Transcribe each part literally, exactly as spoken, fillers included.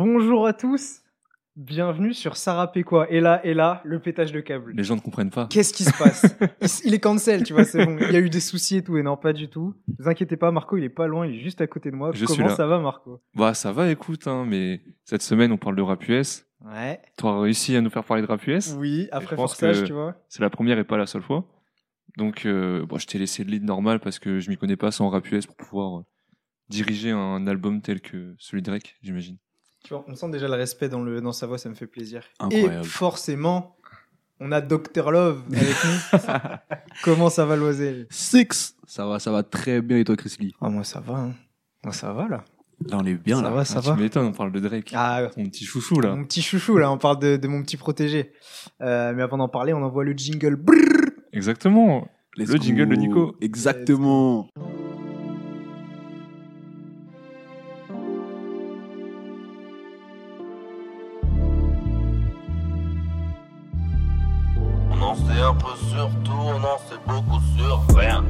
Bonjour à tous, bienvenue sur Sarah Péquois. Et là, et là, le pétage de câble. Les gens ne comprennent pas. Qu'est-ce qui se passe? il, il est cancel, tu vois, c'est bon. Il y a eu des soucis et tout, et non, pas du tout. Ne vous inquiétez pas, Marco, il est pas loin, il est juste à côté de moi. Je Comment ça va, Marco? Bah, ça va, écoute, hein, mais cette semaine, on parle de rap U S. Ouais. Tu as réussi à nous faire parler de rap U S. Oui, après forçage, tu vois. C'est la première et pas la seule fois. Donc, euh, bon, je t'ai laissé le lead normal parce que je m'y connais pas sans rap U S pour pouvoir euh, diriger un album tel que celui de Drake, j'imagine. Tu vois, on sent déjà le respect dans, le, dans sa voix, ça me fait plaisir. Incroyable. Et forcément, on a docteur Love avec nous. Comment ça va, Loisel? Six, ça va, ça va très bien. Et toi, Chris Lee? Ah, moi, ça va. Hein. Moi, ça va, là. Là, on est bien, ça là. Va, ça ah, va. Tu m'étonnes, on parle de Drake. Ah, mon petit chouchou, là. Mon petit chouchou, là. On parle de, de mon petit protégé. Euh, mais avant d'en parler, on envoie le jingle. Brrr. Exactement. Let's le go. jingle de Nico. Exactement. On en sait un peu sur tout, on en sait beaucoup sur rien.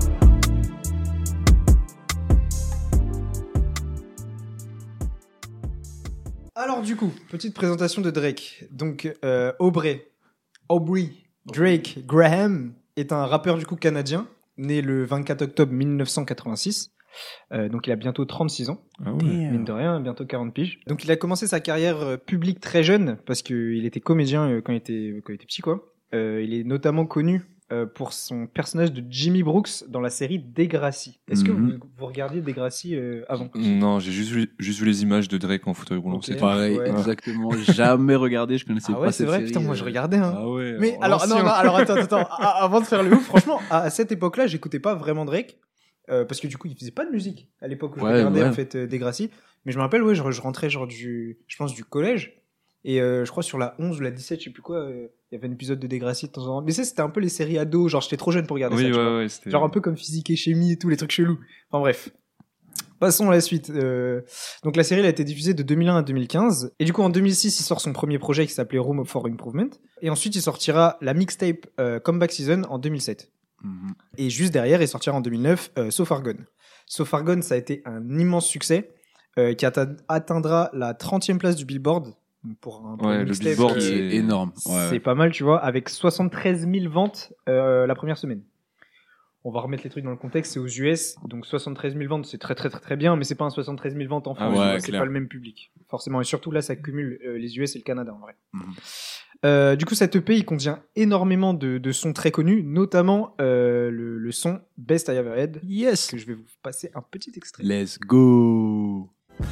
Alors du coup, petite présentation de Drake. Donc euh, Aubrey, Aubrey Drake Graham est un rappeur du coup canadien, né le vingt-quatre octobre mille neuf cent quatre-vingt-six. Euh, donc il a bientôt trente-six ans, Ah ouais. mine de rien, bientôt quarante piges. Donc il a commencé sa carrière euh, publique très jeune parce qu'il était comédien euh, quand il était quand il était petit quoi. Euh, il est notamment connu euh, pour son personnage de Jimmy Brooks dans la série Degrassi. Est-ce que Mhm. vous, vous regardiez Degrassi euh, avant? Non, j'ai juste vu, juste vu les images de Drake en fauteuil roulant. Ok. c'est tout. Pareil, Ouais. exactement. Jamais regardé, je connaissais Ah pas ouais, c'est cette vrai, série. putain, moi je euh. regardais. Hein. Ah ouais. Mais en alors, non, l'ancien. non, alors attends, attends, attends. A- avant de faire le ouf, franchement, à, à cette époque-là, j'écoutais pas vraiment Drake. euh, parce que du coup, il faisait pas de musique à l'époque où je Ouais, regardais ouais. en fait euh, Degrassi. Mais je me rappelle, ouais, je, je rentrais genre du, je pense du collège. Et euh, je crois sur la onze ou la dix-sept, je sais plus quoi, euh, il y avait un épisode de Degrassi de temps en temps. Mais tu sais, c'était un peu les séries ados, genre j'étais trop jeune pour regarder Oui, ça. tu ouais, vois. ouais. C'était... Genre un peu comme physique et chimie et tout, les trucs chelous. Enfin bref. Passons à la suite. Euh, donc la série elle a été diffusée de deux mille un à deux mille quinze. Et du coup en deux mille six, il sort son premier projet qui s'appelait Room for Improvement. Et ensuite, il sortira la mixtape euh, Comeback Season en deux mille sept. Mhm. Et juste derrière, il sortira en deux mille neuf euh, So Far Gone. So Far Gone, ça a été un immense succès euh, qui atta- atteindra la trentième place du Billboard. Donc, Pour un, pour Ouais, une le mixtape, Billboard, euh, Qui c'est- est énorme. Ouais, c'est ouais. pas mal, tu vois, avec soixante-treize mille ventes euh, la première semaine. On va remettre les trucs dans le contexte, c'est aux U S, donc soixante-treize mille ventes, c'est très très très très bien, mais c'est pas un soixante-treize mille ventes en France, Ah tu ouais, vois, c'est clair. pas le même public, forcément. Et surtout là, ça cumule euh, les U S et le Canada en vrai. Mhm. Euh, du coup, cette E P, il contient énormément de, de sons très connus, notamment euh, le, le son Best I Ever Had, Yes. que je vais vous passer un petit extrait. Let's go.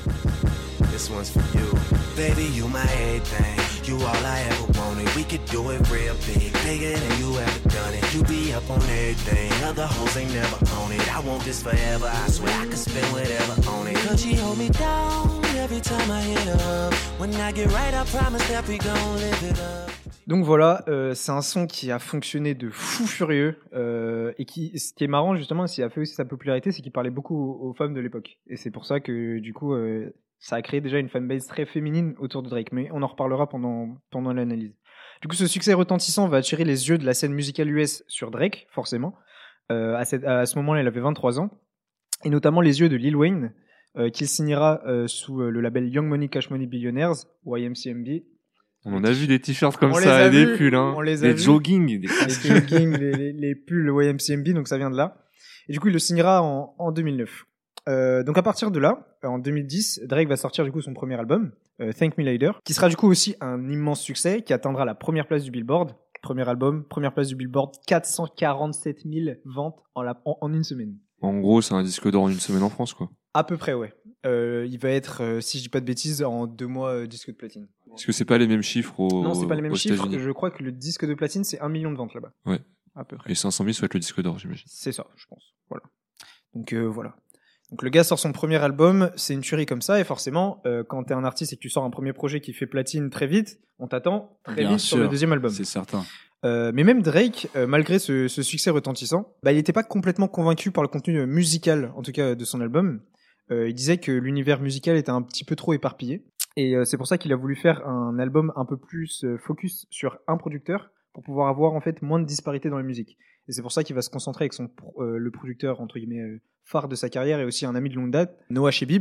This one's for you. Baby, you my everything. You all I ever wanted. We could do it real big. Bigger than you ever done it. You be up on everything. Other hoes ain't never on it. I want this forever. I swear I could spend whatever on it. Cause she hold me down every time I hit her up. When I get right, I promise that we gon' live it up. Donc voilà, euh, c'est un son qui a fonctionné de fou furieux euh, et qui, ce qui est marrant justement, ce qui a fait aussi sa popularité, c'est qu'il parlait beaucoup aux, aux femmes de l'époque. Et c'est pour ça que du coup, euh, ça a créé déjà une fanbase très féminine autour de Drake. Mais on en reparlera pendant pendant l'analyse. Du coup, ce succès retentissant va attirer les yeux de la scène musicale U S sur Drake, forcément. Euh, à, cette, à ce moment-là, il avait vingt-trois ans, et notamment les yeux de Lil Wayne, euh, qu'il signera euh, sous euh, le label Young Money Cash Money Billionaires, Y M C M B. On en a vu des t-shirts comme On les ça a et des vus, pulls, hein. on les a des vus. jogging. Des... les jogging, les, les, les pulls Y M C M B, donc ça vient de là. Et du coup, il le signera en, en deux mille neuf. Euh, donc à partir de là, en deux mille dix, Drake va sortir du coup son premier album, euh, Thank Me Later, qui sera du coup aussi un immense succès, qui atteindra la première place du Billboard. Premier album, première place du Billboard, quatre cent quarante-sept mille ventes en, la, en, en une semaine. En gros, c'est un disque d'or en une semaine en France, quoi. À peu près, ouais. Euh, il va être, euh, si je dis pas de bêtises, en deux mois euh, disque de platine. Est-ce que c'est pas les mêmes chiffres au, Non, c'est pas les mêmes aux chiffres. États-Unis Je crois que le disque de platine, c'est un million de ventes là-bas. Ouais. À peu près. Et cinq cent mille, ça va être le disque d'or, j'imagine. C'est ça, je pense. Voilà. Donc euh, voilà. Donc le gars sort son premier album, c'est une tuerie comme ça, et forcément, euh, quand t'es un artiste et que tu sors un premier projet qui fait platine très vite, on t'attend très Bien vite sur sûr. le deuxième album. C'est certain. Euh, mais même Drake, euh, malgré ce, ce succès retentissant, bah, il n'était pas complètement convaincu par le contenu musical, en tout cas de son album. Euh, il disait que l'univers musical était un petit peu trop éparpillé, et euh, c'est pour ça qu'il a voulu faire un album un peu plus euh, focus sur un producteur, pour pouvoir avoir en fait moins de disparité dans la musique. Et c'est pour ça qu'il va se concentrer avec son pro- euh, le producteur entre guillemets euh, phare de sa carrière et aussi un ami de longue date, Noah Shebib,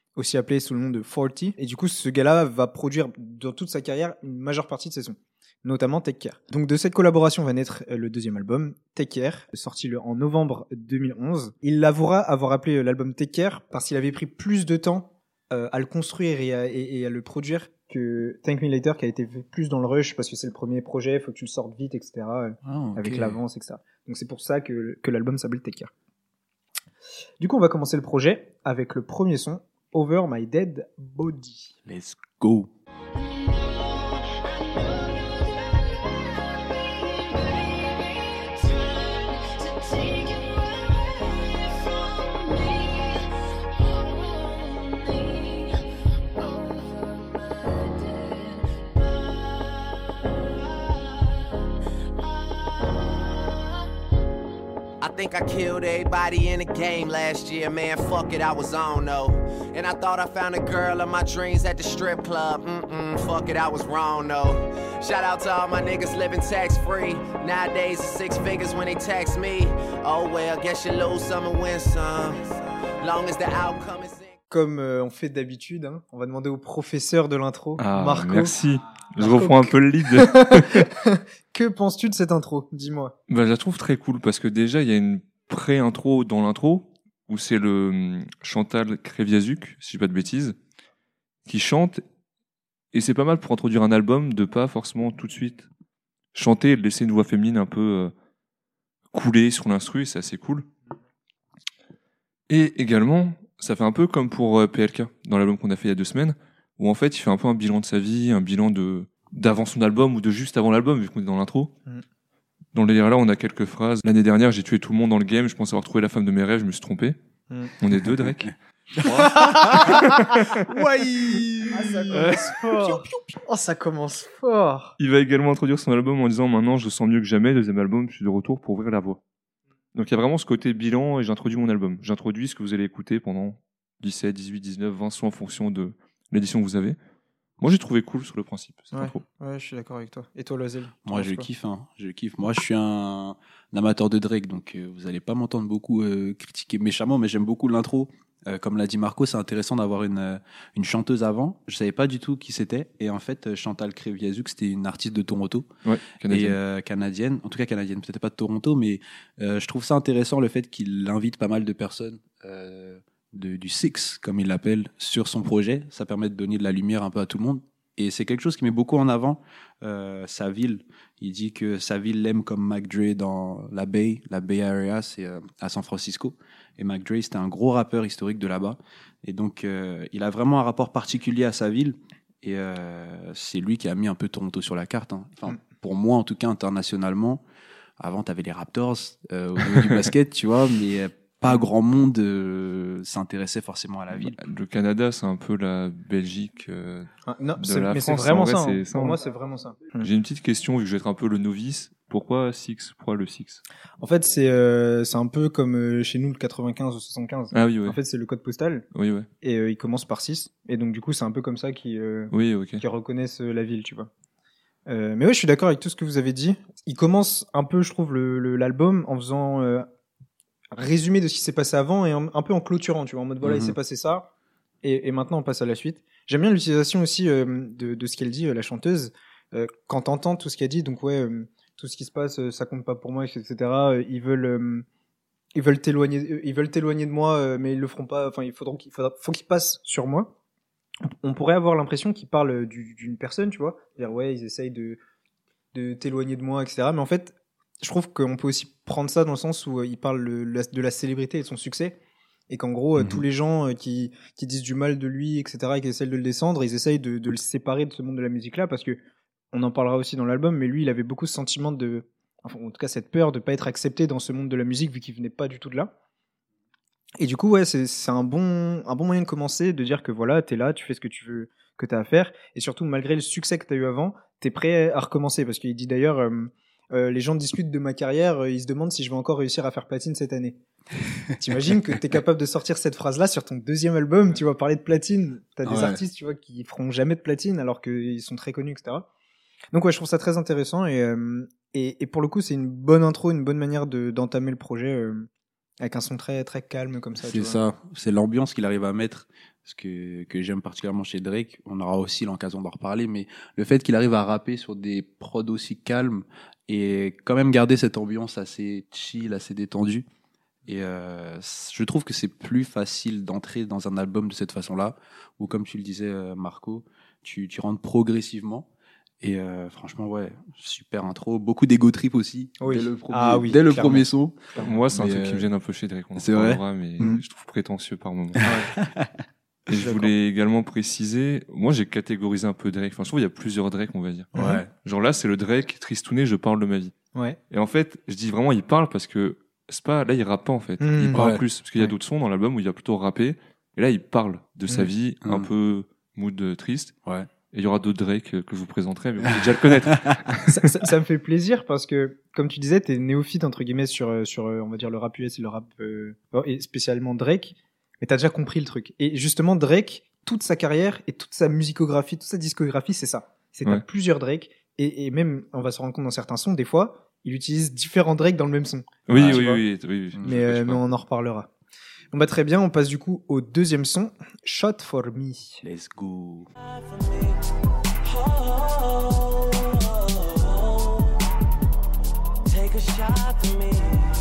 aussi appelé sous le nom de quarante. Et du coup, ce gars-là va produire dans toute sa carrière une majeure partie de ses sons, notamment Take Care. Donc de cette collaboration va naître le deuxième album, Take Care, sorti le, en novembre deux mille onze. Il avouera avoir appelé l'album Take Care parce qu'il avait pris plus de temps euh, à le construire et à, et, et à le produire que Thank Me Later, qui a été fait plus dans le rush parce que c'est le premier projet, il faut que tu le sortes vite, et cetera. Ah, okay. Avec l'avance, et cetera. Donc c'est pour ça que, que l'album s'appelle Take Care. Du coup, on va commencer le projet avec le premier son, Over My Dead Body. Let's go. I think I killed everybody in the game last year, man, fuck it, I was on though. And I thought I found a girl of my dreams at the strip club, mm-mm, fuck it, I was wrong though. Shout out to all my niggas living tax-free. Nowadays it's six figures when they tax me. Oh well, guess you lose some and win some. Long as the outcome is... Comme euh, on fait d'habitude, hein, on va demander au professeur de l'intro, ah, Marco. Merci. Je Marco, reprends un peu le lead. Que penses-tu de cette intro ? Dis-moi. Bah, je la trouve très cool parce que déjà, il y a une pré-intro dans l'intro où c'est le hum, Chantal Kreviazuk, si je dis pas de bêtises, qui chante. Et c'est pas mal pour introduire un album de pas forcément tout de suite chanter et de laisser une voix féminine un peu euh, couler sur l'instru. C'est assez cool. Et également, ça fait un peu comme pour euh, P L K dans l'album qu'on a fait il y a deux semaines, où en fait il fait un peu un bilan de sa vie, un bilan de d'avant son album ou de juste avant l'album, vu qu'on est dans l'intro. Mm. Dans le délire là, on a quelques phrases. L'année dernière, j'ai tué tout le monde dans le game, je pensais avoir trouvé la femme de mes rêves, je me suis trompé. Mm. On est deux, Drake. Ouais. Ah, ça commence fort. Oh, ça commence fort. Il va également introduire son album en disant maintenant je sens mieux que jamais, deuxième album, je suis de retour pour ouvrir la voie. Donc il y a vraiment ce côté bilan et j'introduis mon album. J'introduis ce que vous allez écouter pendant dix-sept, dix-huit, dix-neuf, vingt sons en fonction de l'édition que vous avez. Moi j'ai trouvé cool sur le principe. C'est ouais, pas trop. Ouais, je suis d'accord avec toi. Et toi, Loisel ? Moi je kiffe, hein. Je kiffe. Moi je suis un, un amateur de Drake, donc euh, vous allez pas m'entendre beaucoup euh, critiquer méchamment, mais j'aime beaucoup l'intro. Euh, comme l'a dit Marco, c'est intéressant d'avoir une euh, une chanteuse avant. Je savais pas du tout qui c'était, et en fait Chantal Kreviazuk, c'était une artiste de Toronto, ouais, canadienne. et euh, canadienne, en tout cas canadienne, peut-être pas de Toronto, mais euh, je trouve ça intéressant le fait qu'il invite pas mal de personnes euh, de, du Six, comme il l'appelle, sur son projet. Ça permet de donner de la lumière un peu à tout le monde. Et c'est quelque chose qui met beaucoup en avant euh, sa ville. Il dit que sa ville l'aime comme Mac Dre dans la Bay. La Bay Area, c'est euh, à San Francisco. Et Mac Dre, c'était un gros rappeur historique de là-bas. Et donc, euh, il a vraiment un rapport particulier à sa ville. Et euh, c'est lui qui a mis un peu Toronto sur la carte. Hein. Enfin, pour moi, en tout cas, internationalement. Avant, t'avais les Raptors euh, au niveau du basket, tu vois, mais pas grand monde euh, s'intéressait forcément à la ville. Le Canada, c'est un peu la Belgique euh, ah, non, de c'est, la mais France. c'est vraiment vrai, ça. C'est hein. ça Pour hein. moi, c'est vraiment ça. J'ai une petite question, vu que je vais être un peu le novice. Pourquoi Six ? Pourquoi le Six ? En fait, c'est euh, c'est un peu comme euh, chez nous le quatre-vingt-quinze ou soixante-quinze. Ah oui, ouais. En fait, c'est le code postal. Oui, ouais. Et euh, il commence par six. Et donc, du coup, c'est un peu comme ça qu'ils euh, oui, okay. qu'ils reconnaissent euh, la ville, tu vois. Euh, mais ouais, je suis d'accord avec tout ce que vous avez dit. Il commence un peu, je trouve, le, le, l'album en faisant euh, résumé de ce qui s'est passé avant et en, un peu en clôturant, tu vois, en mode voilà, mm-hmm. il s'est passé ça et, et maintenant on passe à la suite. J'aime bien l'utilisation aussi euh, de, de ce qu'elle dit, euh, la chanteuse, euh, quand t'entends tout ce qu'elle dit, donc ouais, euh, tout ce qui se passe, euh, ça compte pas pour moi, et cetera. Euh, ils veulent, euh, ils veulent t'éloigner, euh, ils veulent t'éloigner de moi, euh, mais ils le feront pas. Enfin, il faudra, qu'il faudra, faut qu'ils passent sur moi. On pourrait avoir l'impression qu'ils parlent du, d'une personne, tu vois, dire ouais, ils essayent de de t'éloigner de moi, et cetera. Mais en fait, je trouve qu'on peut aussi prendre ça dans le sens où euh, il parle le, la, de la célébrité et de son succès, et qu'en gros, mm-hmm. euh, tous les gens euh, qui, qui disent du mal de lui, et cetera, et qui essaient de le descendre, ils essayent de, de le séparer de ce monde de la musique-là, parce que on en parlera aussi dans l'album, mais lui, il avait beaucoup ce sentiment de, enfin, en tout cas, cette peur de pas être accepté dans ce monde de la musique, vu qu'il venait pas du tout de là. Et du coup, ouais, c'est, c'est un bon, un bon moyen de commencer, de dire que voilà, t'es là, tu fais ce que tu veux, que t'as à faire, et surtout, malgré le succès que t'as eu avant, t'es prêt à recommencer, parce qu'il dit d'ailleurs, euh, euh, les gens discutent de ma carrière, euh, ils se demandent si je vais encore réussir à faire platine cette année. T'imagines que t'es capable de sortir cette phrase-là sur ton deuxième album, tu vas parler de platine, t'as des ouais. artistes, tu vois, qui feront jamais de platine, alors qu'ils sont très connus, et cetera. Donc ouais, je trouve ça très intéressant, et, euh, et, et pour le coup, c'est une bonne intro, une bonne manière de, d'entamer le projet, euh, Avec un son très, très calme comme ça. tu C'est vois. ça, c'est l'ambiance qu'il arrive à mettre, ce que, que j'aime particulièrement chez Drake. On aura aussi l'occasion d'en reparler, mais le fait qu'il arrive à rapper sur des prods aussi calmes et quand même garder cette ambiance assez chill, assez détendue. Et euh, je trouve que c'est plus facile d'entrer dans un album de cette façon-là, où comme tu le disais, euh, Marco, tu, tu rentres progressivement. Et euh, franchement, ouais, super intro. Beaucoup d'ego trip aussi, Oui. dès le premier, Ah oui, dès le clairement. premier son. Moi, c'est un Mais, truc qui euh, me gêne un peu chez Drake. On en c'est vrai parlera, mais Mm. je trouve prétentieux par moment. Ouais. Et je D'accord. voulais également préciser, moi j'ai catégorisé un peu Drake. Enfin, je trouve qu'il y a plusieurs Drake, on va dire. Ouais. Genre là, c'est le Drake tristouné, je parle de ma vie. Ouais. Et en fait, je dis vraiment, il parle parce que c'est pas là, il rappe pas en fait. Mmh. Il parle Ouais. plus parce qu'il y a Ouais. d'autres sons dans l'album où il va plutôt rapper. Et là, il parle de sa Mmh. vie, un Mmh. peu mood euh, triste. Ouais. Et il y aura d'autres Drake euh, que je vous présenterai, mais vous allez déjà le connaître. ça, ça, ça me fait plaisir parce que, comme tu disais, t'es néophyte entre guillemets sur, euh, sur euh, on va dire le rap U S et le rap euh, et spécialement Drake, mais t'as déjà compris le truc. Et justement, Drake, toute sa carrière et toute sa musicographie, toute sa discographie, c'est ça. C'est t'as Ouais. plusieurs Drake et, et même, on va se rendre compte dans certains sons, des fois, il utilise différents Drake dans le même son. Oui, Ah, tu oui, vois. oui, oui, oui, je Mais, le euh, cache mais pas. on en reparlera. Bon bah très bien, on passe du coup au deuxième son, Shot for Me. Let's go. Take a shot for me.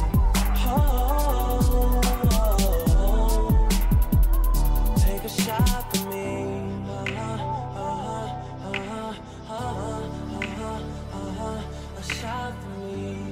Oh, take a shot for me. A shot for me.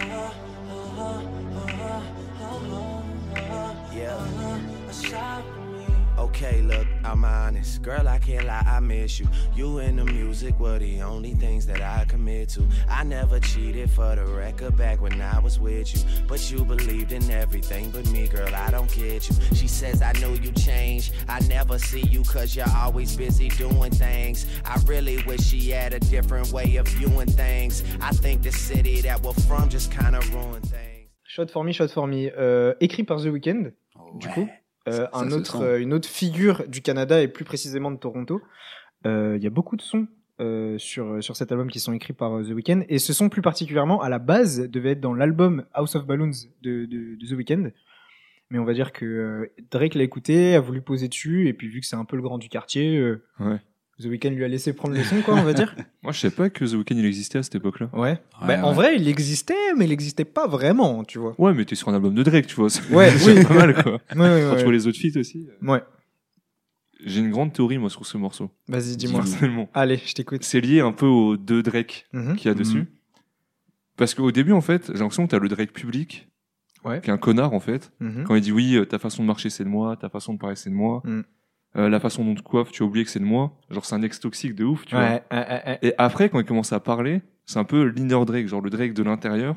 Yeah, a shot for me. Okay, look, I'm honest. Girl, I can't lie, I miss you. You and the music were the only things that I commit to. I never cheated for the record back when I was with you. But you believed in everything but me, girl, I don't get you. She says, I know you changed. I never see you cause you're always busy doing things. I really wish she had a different way of viewing things. I think the city that we're from just kinda ruined things. Shot for Me, Shot for Me, euh, écrit par The Weeknd, du coup. Euh, Ça un se autre, sent. euh, une autre figure du Canada et plus précisément de Toronto. Euh, Il y a beaucoup de sons euh, sur, sur cet album qui sont écrits par euh, The Weeknd et ce son plus particulièrement à la base devait être dans l'album House of Balloons de, de, de The Weeknd. Mais on va dire que euh, Drake l'a écouté, a voulu poser dessus et puis vu que c'est un peu le grand du quartier, euh, Ouais. The Weeknd lui a laissé prendre le son, quoi, on va dire. Moi, je savais pas que The Weeknd il existait à cette époque-là. Ouais. Ouais, Bah, En ouais. vrai, il existait, mais il existait pas vraiment, tu vois. Ouais, mais t'es sur un album de Drake, tu vois. C'est Ouais, c'est oui. pas mal, quoi. Ouais, ouais, Quand tu ouais. vois les autres feats aussi. Ouais. J'ai une grande théorie, moi, sur ce morceau. Vas-y, dis-moi. Personnellement. Allez, je t'écoute. C'est lié un peu aux deux Drake Mhm. qu'il y a dessus. Mhm. Parce qu'au début, en fait, j'ai l'impression que t'as le Drake public, Ouais. qui est un connard, en fait. Mhm. Quand il dit oui, euh, ta façon de marcher, c'est de moi, ta façon de parler, c'est de moi. Mhm. Euh, la façon dont tu coiffes, tu as oublié que c'est de moi. Genre, c'est un ex toxique de ouf, tu vois. Ouais, ouais, ouais, ouais. Et après, quand il commence à parler, c'est un peu l'inner Drake, genre le Drake de l'intérieur.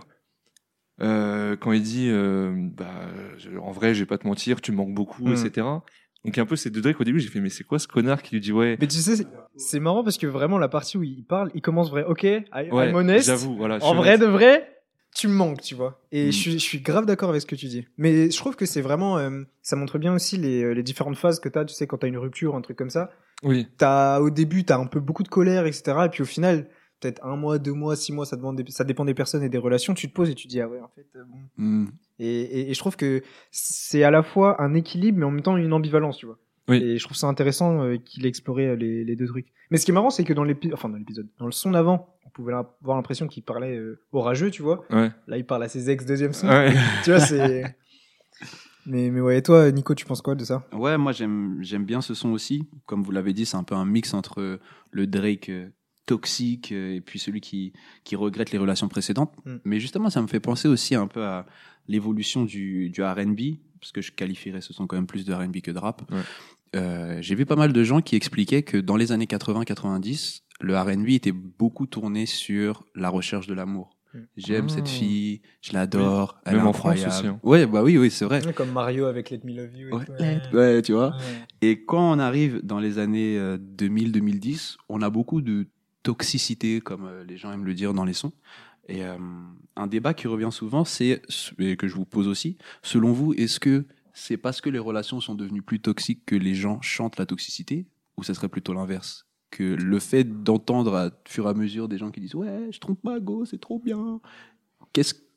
Euh, quand il dit, euh, bah, je- en vrai, je vais pas te mentir, tu me manques beaucoup, Mm. et cetera. Donc, un peu ces deux Drake, au début, j'ai fait, mais c'est quoi ce connard qui lui dit, ouais, Mais tu sais, c'est- c'est marrant parce que vraiment la partie où il parle, il commence vrai. Ok, I, ouais, I'm honest. j'avoue, voilà. je En suis vrai honnête. de vrai, tu me manques, tu vois. Et Mm. je, suis, je suis grave d'accord avec ce que tu dis. Mais je trouve que c'est vraiment, euh, ça montre bien aussi les, euh, les différentes phases que t'as. Tu sais, quand t'as une rupture, un truc comme ça. Oui. T'as au début, t'as un peu beaucoup de colère, et cetera. Et puis au final, peut-être un mois, deux mois, six mois, ça, demande des- ça dépend des personnes et des relations. Tu te poses et tu te dis ah ouais, en fait, euh, bon. Mm. Et, et, et je trouve que c'est à la fois un équilibre, mais en même temps une ambivalence, tu vois. Oui. Et je trouve ça intéressant euh, qu'il ait exploré euh, les, les deux trucs. Mais ce qui est marrant, c'est que dans l'épisode, enfin dans l'épisode, dans le son d'avant, on pouvait avoir l'impression qu'il parlait euh, au rageux, tu vois. Ouais. Là, il parle à ses ex deuxième son. Ouais. Tu vois, c'est. Mais, mais ouais, et toi, Nico, tu penses quoi de ça? Ouais, moi j'aime j'aime bien ce son aussi. Comme vous l'avez dit, c'est un peu un mix entre le Drake euh, toxique euh, et puis celui qui qui regrette les relations précédentes. Mm. Mais justement, ça me fait penser aussi un peu à l'évolution du du R and B, parce que je qualifierais ce son quand même plus de R and B que de rap. Ouais. Euh, j'ai vu pas mal de gens qui expliquaient que dans les années quatre-vingts quatre-vingt-dix, le R and B était beaucoup tourné sur la recherche de l'amour. Mm. J'aime Ah. cette fille, je l'adore, elle Même est en France incroyable. aussi, hein. Ouais, bah oui, oui, c'est vrai. Comme Mario avec Let Me Love You. Et Ouais. tout. Ouais, tu vois. Ouais. Et quand on arrive dans les années euh, deux mille deux mille dix, on a beaucoup de toxicité, comme euh, les gens aiment le dire dans les sons. Et euh, un débat qui revient souvent, c'est, et que je vous pose aussi, selon vous, est-ce que c'est parce que les relations sont devenues plus toxiques que les gens chantent la toxicité, ou ça serait plutôt l'inverse? Que le fait d'entendre à fur et à mesure des gens qui disent « Ouais, je trompe ma go, c'est trop bien », qu'est-ce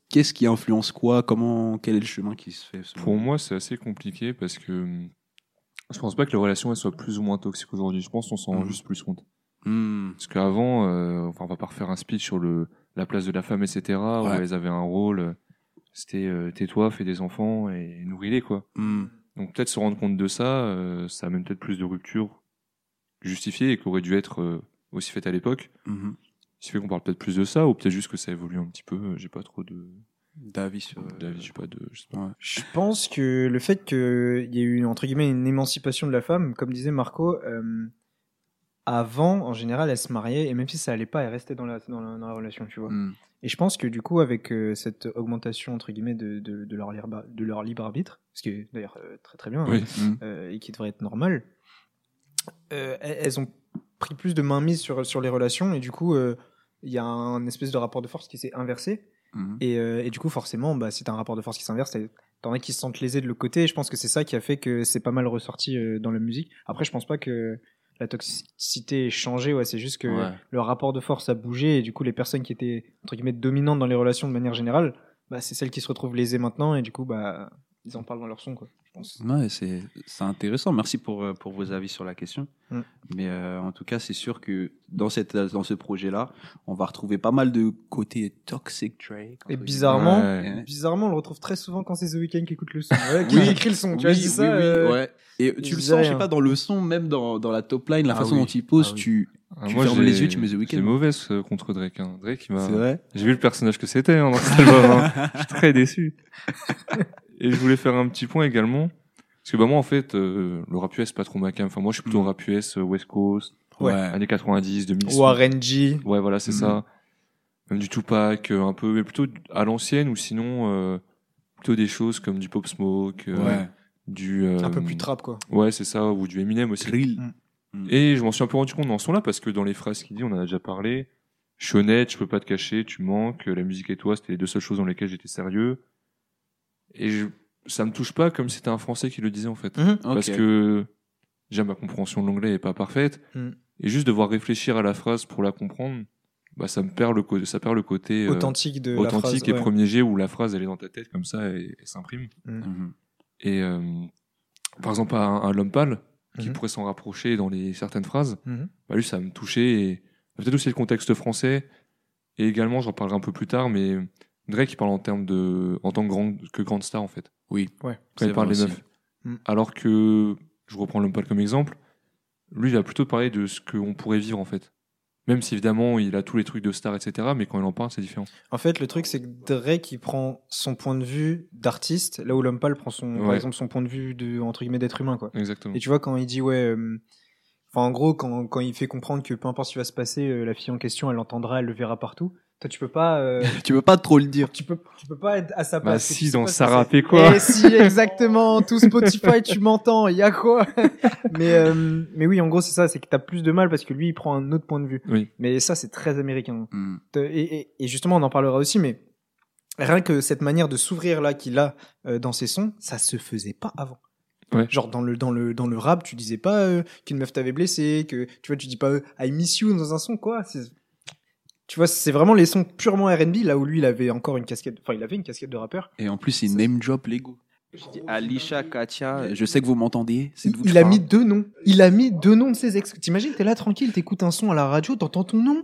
qu'est-ce qui influence quoi? Comment, quel est le chemin qui se fait? selon Pour vous moi, c'est assez compliqué parce que hum, je pense pas que les relations elles soient plus ou moins toxiques aujourd'hui. Je pense qu'on s'en rend Mhm. juste plus compte. Hmm. Parce qu'avant, euh, enfin, on va pas refaire un speech sur le la place de la femme, et cetera. Où Ouais. elles avaient un rôle. euh, C'était euh, tais-toi, fais des enfants et nourris-les, quoi. Hmm. Donc peut-être se rendre compte de ça, euh, ça amène peut-être plus de ruptures justifiées et qui auraient dû être euh, aussi faites à l'époque. Mhm. Ce qui fait qu'on parle peut-être plus de ça, ou peut-être juste que ça évolue un petit peu. euh, J'ai pas trop de D'avis sur. euh, d'avis, j'ai pas de. Je sais pas. Ouais. Je pense que le fait qu'il y ait eu, entre guillemets, une émancipation de la femme, comme disait Marco, euh, avant, en général, elle se mariait, et même si ça allait pas, elle restait dans la, dans la, dans la relation, tu vois. Hmm. Et je pense que du coup, avec euh, cette augmentation, entre guillemets, de, de, de, leur, libre, de leur libre arbitre, ce qui est d'ailleurs euh, très très bien, hein, Oui. Hmm. euh, et qui devrait être normal, euh, elles, elles ont pris plus de mainmise sur, sur les relations, et du coup, euh, il y a un espèce de rapport de force qui s'est inversé. Mhm. Et, euh, et du coup, forcément, bah, si t'as un rapport de force qui s'inverse, t'as- t'en as qui se sentent lésés de l'autre côté. Et je pense que c'est ça qui a fait que c'est pas mal ressorti euh, dans la musique. Après, je pense pas que la toxicité ait changé. Ouais, c'est juste que Ouais. le rapport de force a bougé. Et du coup, les personnes qui étaient, entre guillemets, dominantes dans les relations de manière générale, bah, c'est celles qui se retrouvent lésées maintenant. Et du coup, bah, ils en parlent dans leur son, quoi, je pense. Ouais, c'est c'est intéressant. Merci pour, euh, pour vos avis sur la question. Mm. Mais euh, en tout cas, c'est sûr que dans, cette, dans ce projet-là, on va retrouver pas mal de côté toxic Drake. Et entre bizarrement, guillemets. bizarrement, on le retrouve très souvent quand c'est The Weeknd qui écoute le son. Ouais, qui Oui. écrit le son. Tu Oui, vois, je dis oui, ça. oui, euh, ouais. Et tu je le dis sens, je sais rien. pas, dans le son, même dans, dans la top line, la Ah façon oui. dont il pose, Ah oui. tu. Ah, Tu moi, fermes j'ai- les yeux, tu mets The Weeknd. J'ai mauvaise euh, contre Drake. Hein. Drake, il m'a. C'est vrai. J'ai vu le personnage que c'était hein, dans cet album. Hein. Je suis très déçu. Et je voulais faire un petit point également. Parce que bah, moi, en fait, euh, le rap U S, c'est pas trop ma cam. Enfin, moi, je suis plutôt Mm. rap U S, euh, West Coast, Ouais. années quatre-vingt-dix, deux mille. Warren G. Ouais, voilà, c'est Mhm. ça. Même du Tupac, euh, un peu, mais plutôt à l'ancienne, ou sinon, euh, plutôt des choses comme du Pop Smoke, euh, Ouais. du... euh, Un peu plus trap, quoi. Ouais, c'est ça, ou du Eminem aussi. Drill. Et je m'en suis un peu rendu compte dans ce son-là, parce que dans les phrases qu'il dit, on en a déjà parlé. Je suis honnête, je peux pas te cacher, tu manques, la musique et toi, c'était les deux seules choses dans lesquelles j'étais sérieux. Et je, ça me touche pas comme si c'était un Français qui le disait, en fait. Mhm. Parce Ok. que, déjà, ma compréhension de l'anglais est pas parfaite. Mm. Et juste devoir réfléchir à la phrase pour la comprendre, bah, ça me perd le côté, ça perd le côté, euh, Authentique de la authentique phrase. et ouais. premier jet où la phrase elle est dans ta tête comme ça et, et s'imprime. Mhm. Et euh, par exemple un, un L'Homme Pâle qui Mhm. pourrait s'en rapprocher dans les certaines phrases, Mhm. bah lui ça me touchait et peut-être aussi le contexte français et également j'en parlerai un peu plus tard mais Drake il parle en termes de en tant que grand que grande star en fait Oui. Ouais. quand il C'est parle vrai des aussi. meufs Mm. alors que je reprends L'Homme Pâle comme exemple lui il va plutôt parler de ce qu'on pourrait vivre en fait. Même si évidemment il a tous les trucs de star, et cetera. Mais quand il en parle, c'est différent. En fait, le truc, c'est que Drake, il prend son point de vue d'artiste, là où L'Homme Pâle prend son, par Ouais. exemple, son point de vue de, entre guillemets, d'être humain, quoi. Exactement. Et tu vois, quand il dit, ouais, euh, enfin, en gros, quand, quand il fait comprendre que peu importe ce qui va se passer, euh, la fille en question, elle l'entendra, elle le verra partout. Toi, tu peux pas, euh, Tu peux pas trop le dire. tu peux, tu peux pas être à sa Bah place. si, tu sais dans pas ce ça que c'est. rappait quoi. Eh si, exactement. Tout Spotify, tu m'entends. Il y a quoi? mais, euh, mais oui, en gros, c'est ça. C'est que t'as plus de mal parce que lui, il prend un autre point de vue. Oui. Mais ça, c'est très américain. Mhm. Et, et, et justement, on en parlera aussi, mais rien que cette manière de s'ouvrir là qu'il a euh, dans ses sons, ça se faisait pas avant. Ouais. Genre dans le dans le dans le rap, tu disais pas euh, qu'une meuf t'avait blessé, que tu vois, tu dis pas euh, I miss you dans un son quoi. C'est- Tu vois, c'est vraiment les sons purement R and B là où lui il avait encore une casquette, enfin il avait une casquette de rappeur. Et en plus, il name drop Lego. Je dis Alicia, Katia, je sais que vous m'entendez. C'est de vous que Il je a parle. mis deux noms. Il a mis deux noms de ses ex. T'imagines, t'es là tranquille, t'écoutes un son à la radio, t'entends ton nom.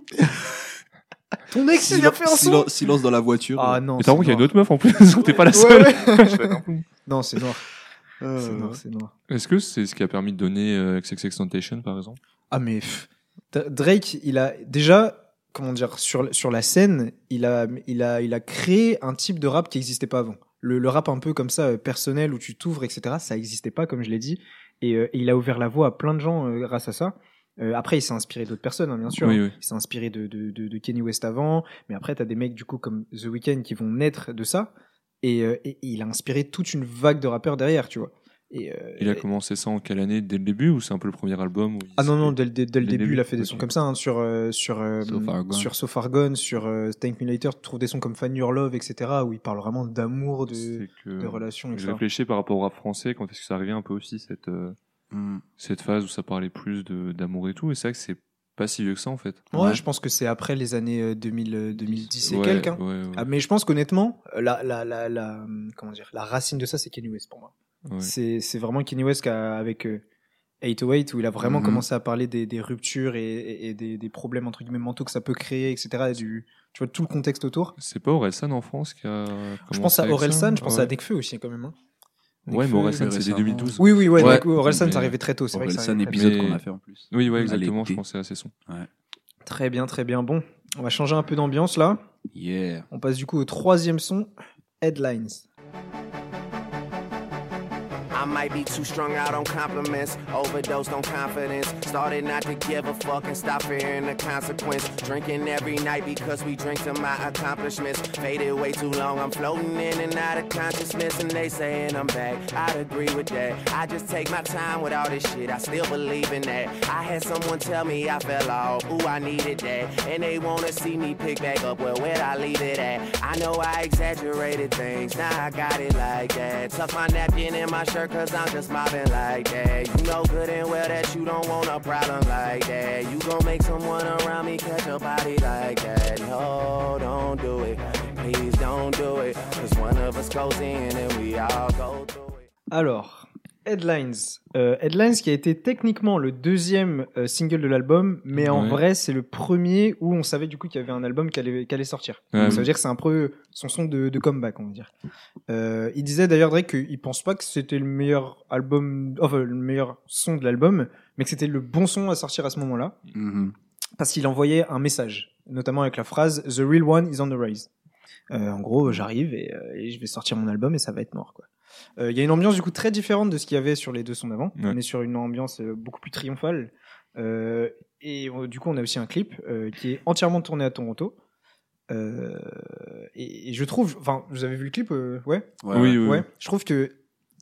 Ton ex il a Silence, fait un son. silence, silence dans la voiture. Ah non. Mais t'as c'est vu qu'il y a une noir. autre meuf en plus, où t'es pas la Ouais, seule. ouais. Je vais être un peu- Non, c'est noir. Euh, C'est noir, c'est noir. Est-ce que c'est ce qui a permis de donner euh, X X X Tentation par exemple? Ah mais pff, D- Drake, il a déjà, comment dire, sur sur la scène, il a il a il a créé un type de rap qui n'existait pas avant. Le, le rap un peu comme ça, euh, personnel où tu t'ouvres, et cetera. Ça n'existait pas, comme je l'ai dit, et, euh, et il a ouvert la voie à plein de gens euh, grâce à ça. Euh, après, il s'est inspiré d'autres personnes, hein, bien sûr. Oui, hein. oui. Il s'est inspiré de, de, de, de Kanye West avant, mais après, t'as des mecs du coup comme The Weeknd qui vont naître de ça, et, euh, et, et il a inspiré toute une vague de rappeurs derrière, tu vois. Et, euh, Il a et- commencé ça en quelle année? Dès le début ou c'est un peu le premier album où il Ah non, s'est non, fait- dès, le- dès, dès le dès le début, début, il a fait des ok. sons comme ça, hein, sur, euh, sur, euh, So Far Gone. sur So Far Gone, sur euh, Thank Me Later, tu trouves des sons comme Fan Your Love, et cetera, où il parle vraiment d'amour, de, C'est que de relations, et je cetera. réfléchis par rapport au rap français, quand est-ce que ça arrivait un peu aussi cette, euh, Mhm. cette phase où ça parlait plus de, d'amour et tout, et c'est vrai que c'est pas si vieux que ça en fait. Ouais, Ouais. je pense que c'est après les années euh, deux mille, euh, deux mille dix et Ouais, quelques. Hein. ouais, ouais. Ah, mais je pense qu'honnêtement, la, la, la, la, hum, comment dire, la racine de ça, c'est Kanye West pour moi. Ouais. C'est, c'est vraiment Kanye West qui a, avec euh, huit cent huit où il a vraiment Mhm. commencé à parler des, des ruptures et, et, et des, des problèmes entre guillemets mentaux que ça peut créer, et cetera. Et du, tu vois, tout le contexte autour. C'est pas Orelsan en France qui a. Je pense à commencé avec ça Orelsan, je pense Ouais. à Nekfeu aussi quand même. Hein. Ouais, mais Nekfeu, Orelsan, euh, c'est dès récemment. deux mille douze. Oui, oui, ouais. Ouais. donc, Orelsan, Mais- ça arrivait très tôt. C'est vrai que ça Orelsan, arrivait très tôt. épisode Mais- qu'on a fait en plus. Oui, ouais, À exactement. Je l'été. pensais à ces sons. Très bien, très bien. Bon, on va changer un peu d'ambiance là. Yeah. On passe du coup au troisième son, Headlines. I might be too strung out on compliments, overdosed on confidence. Started not to give a fuck and stop fearing the consequence. Drinking every night because we drink to my accomplishments. Faded way too long, I'm floating in and out of consciousness. And they saying I'm back, I'd agree with that. I just take my time with all this shit, I still believe in that. I had someone tell me I fell off, ooh, I needed that. And they wanna see me pick back up, well, where'd I leave it at? I know I exaggerated things, now I got it like that. Tuck my napkin in my shirt cause I'm just mobbing like that. You know good and well that you don't want a problem like that. You gon' make someone around me catch a body like that. No, don't do it, please don't do it. Cause one of us goes in and we all go through it. Alors, Headlines. Euh, Headlines qui a été techniquement le deuxième euh, single de l'album, mais en Ouais. vrai, c'est le premier où on savait du coup qu'il y avait un album qui allait, qui allait sortir. Ah Donc, oui. ça veut dire que c'est un peu son son de, de comeback, on va dire. Euh, il disait d'ailleurs, Drake, qu'il pense pas que c'était le meilleur album, enfin, le meilleur son de l'album, mais que c'était le bon son à sortir à ce moment-là, Mhm. parce qu'il envoyait un message, notamment avec la phrase The real one is on the rise. Euh, en gros, j'arrive et, euh, et je vais sortir mon album et ça va être mort, quoi. Il euh, y a une ambiance du coup très différente de ce qu'il y avait sur les deux sons d'avant. Ouais. On est sur une ambiance euh, beaucoup plus triomphale. Euh, et euh, du coup, on a aussi un clip euh, qui est entièrement tourné à Toronto. Euh, et, et je trouve, enfin, vous avez vu le clip, euh, ouais, Ouais, Oui, ouais. oui. ouais. Je trouve que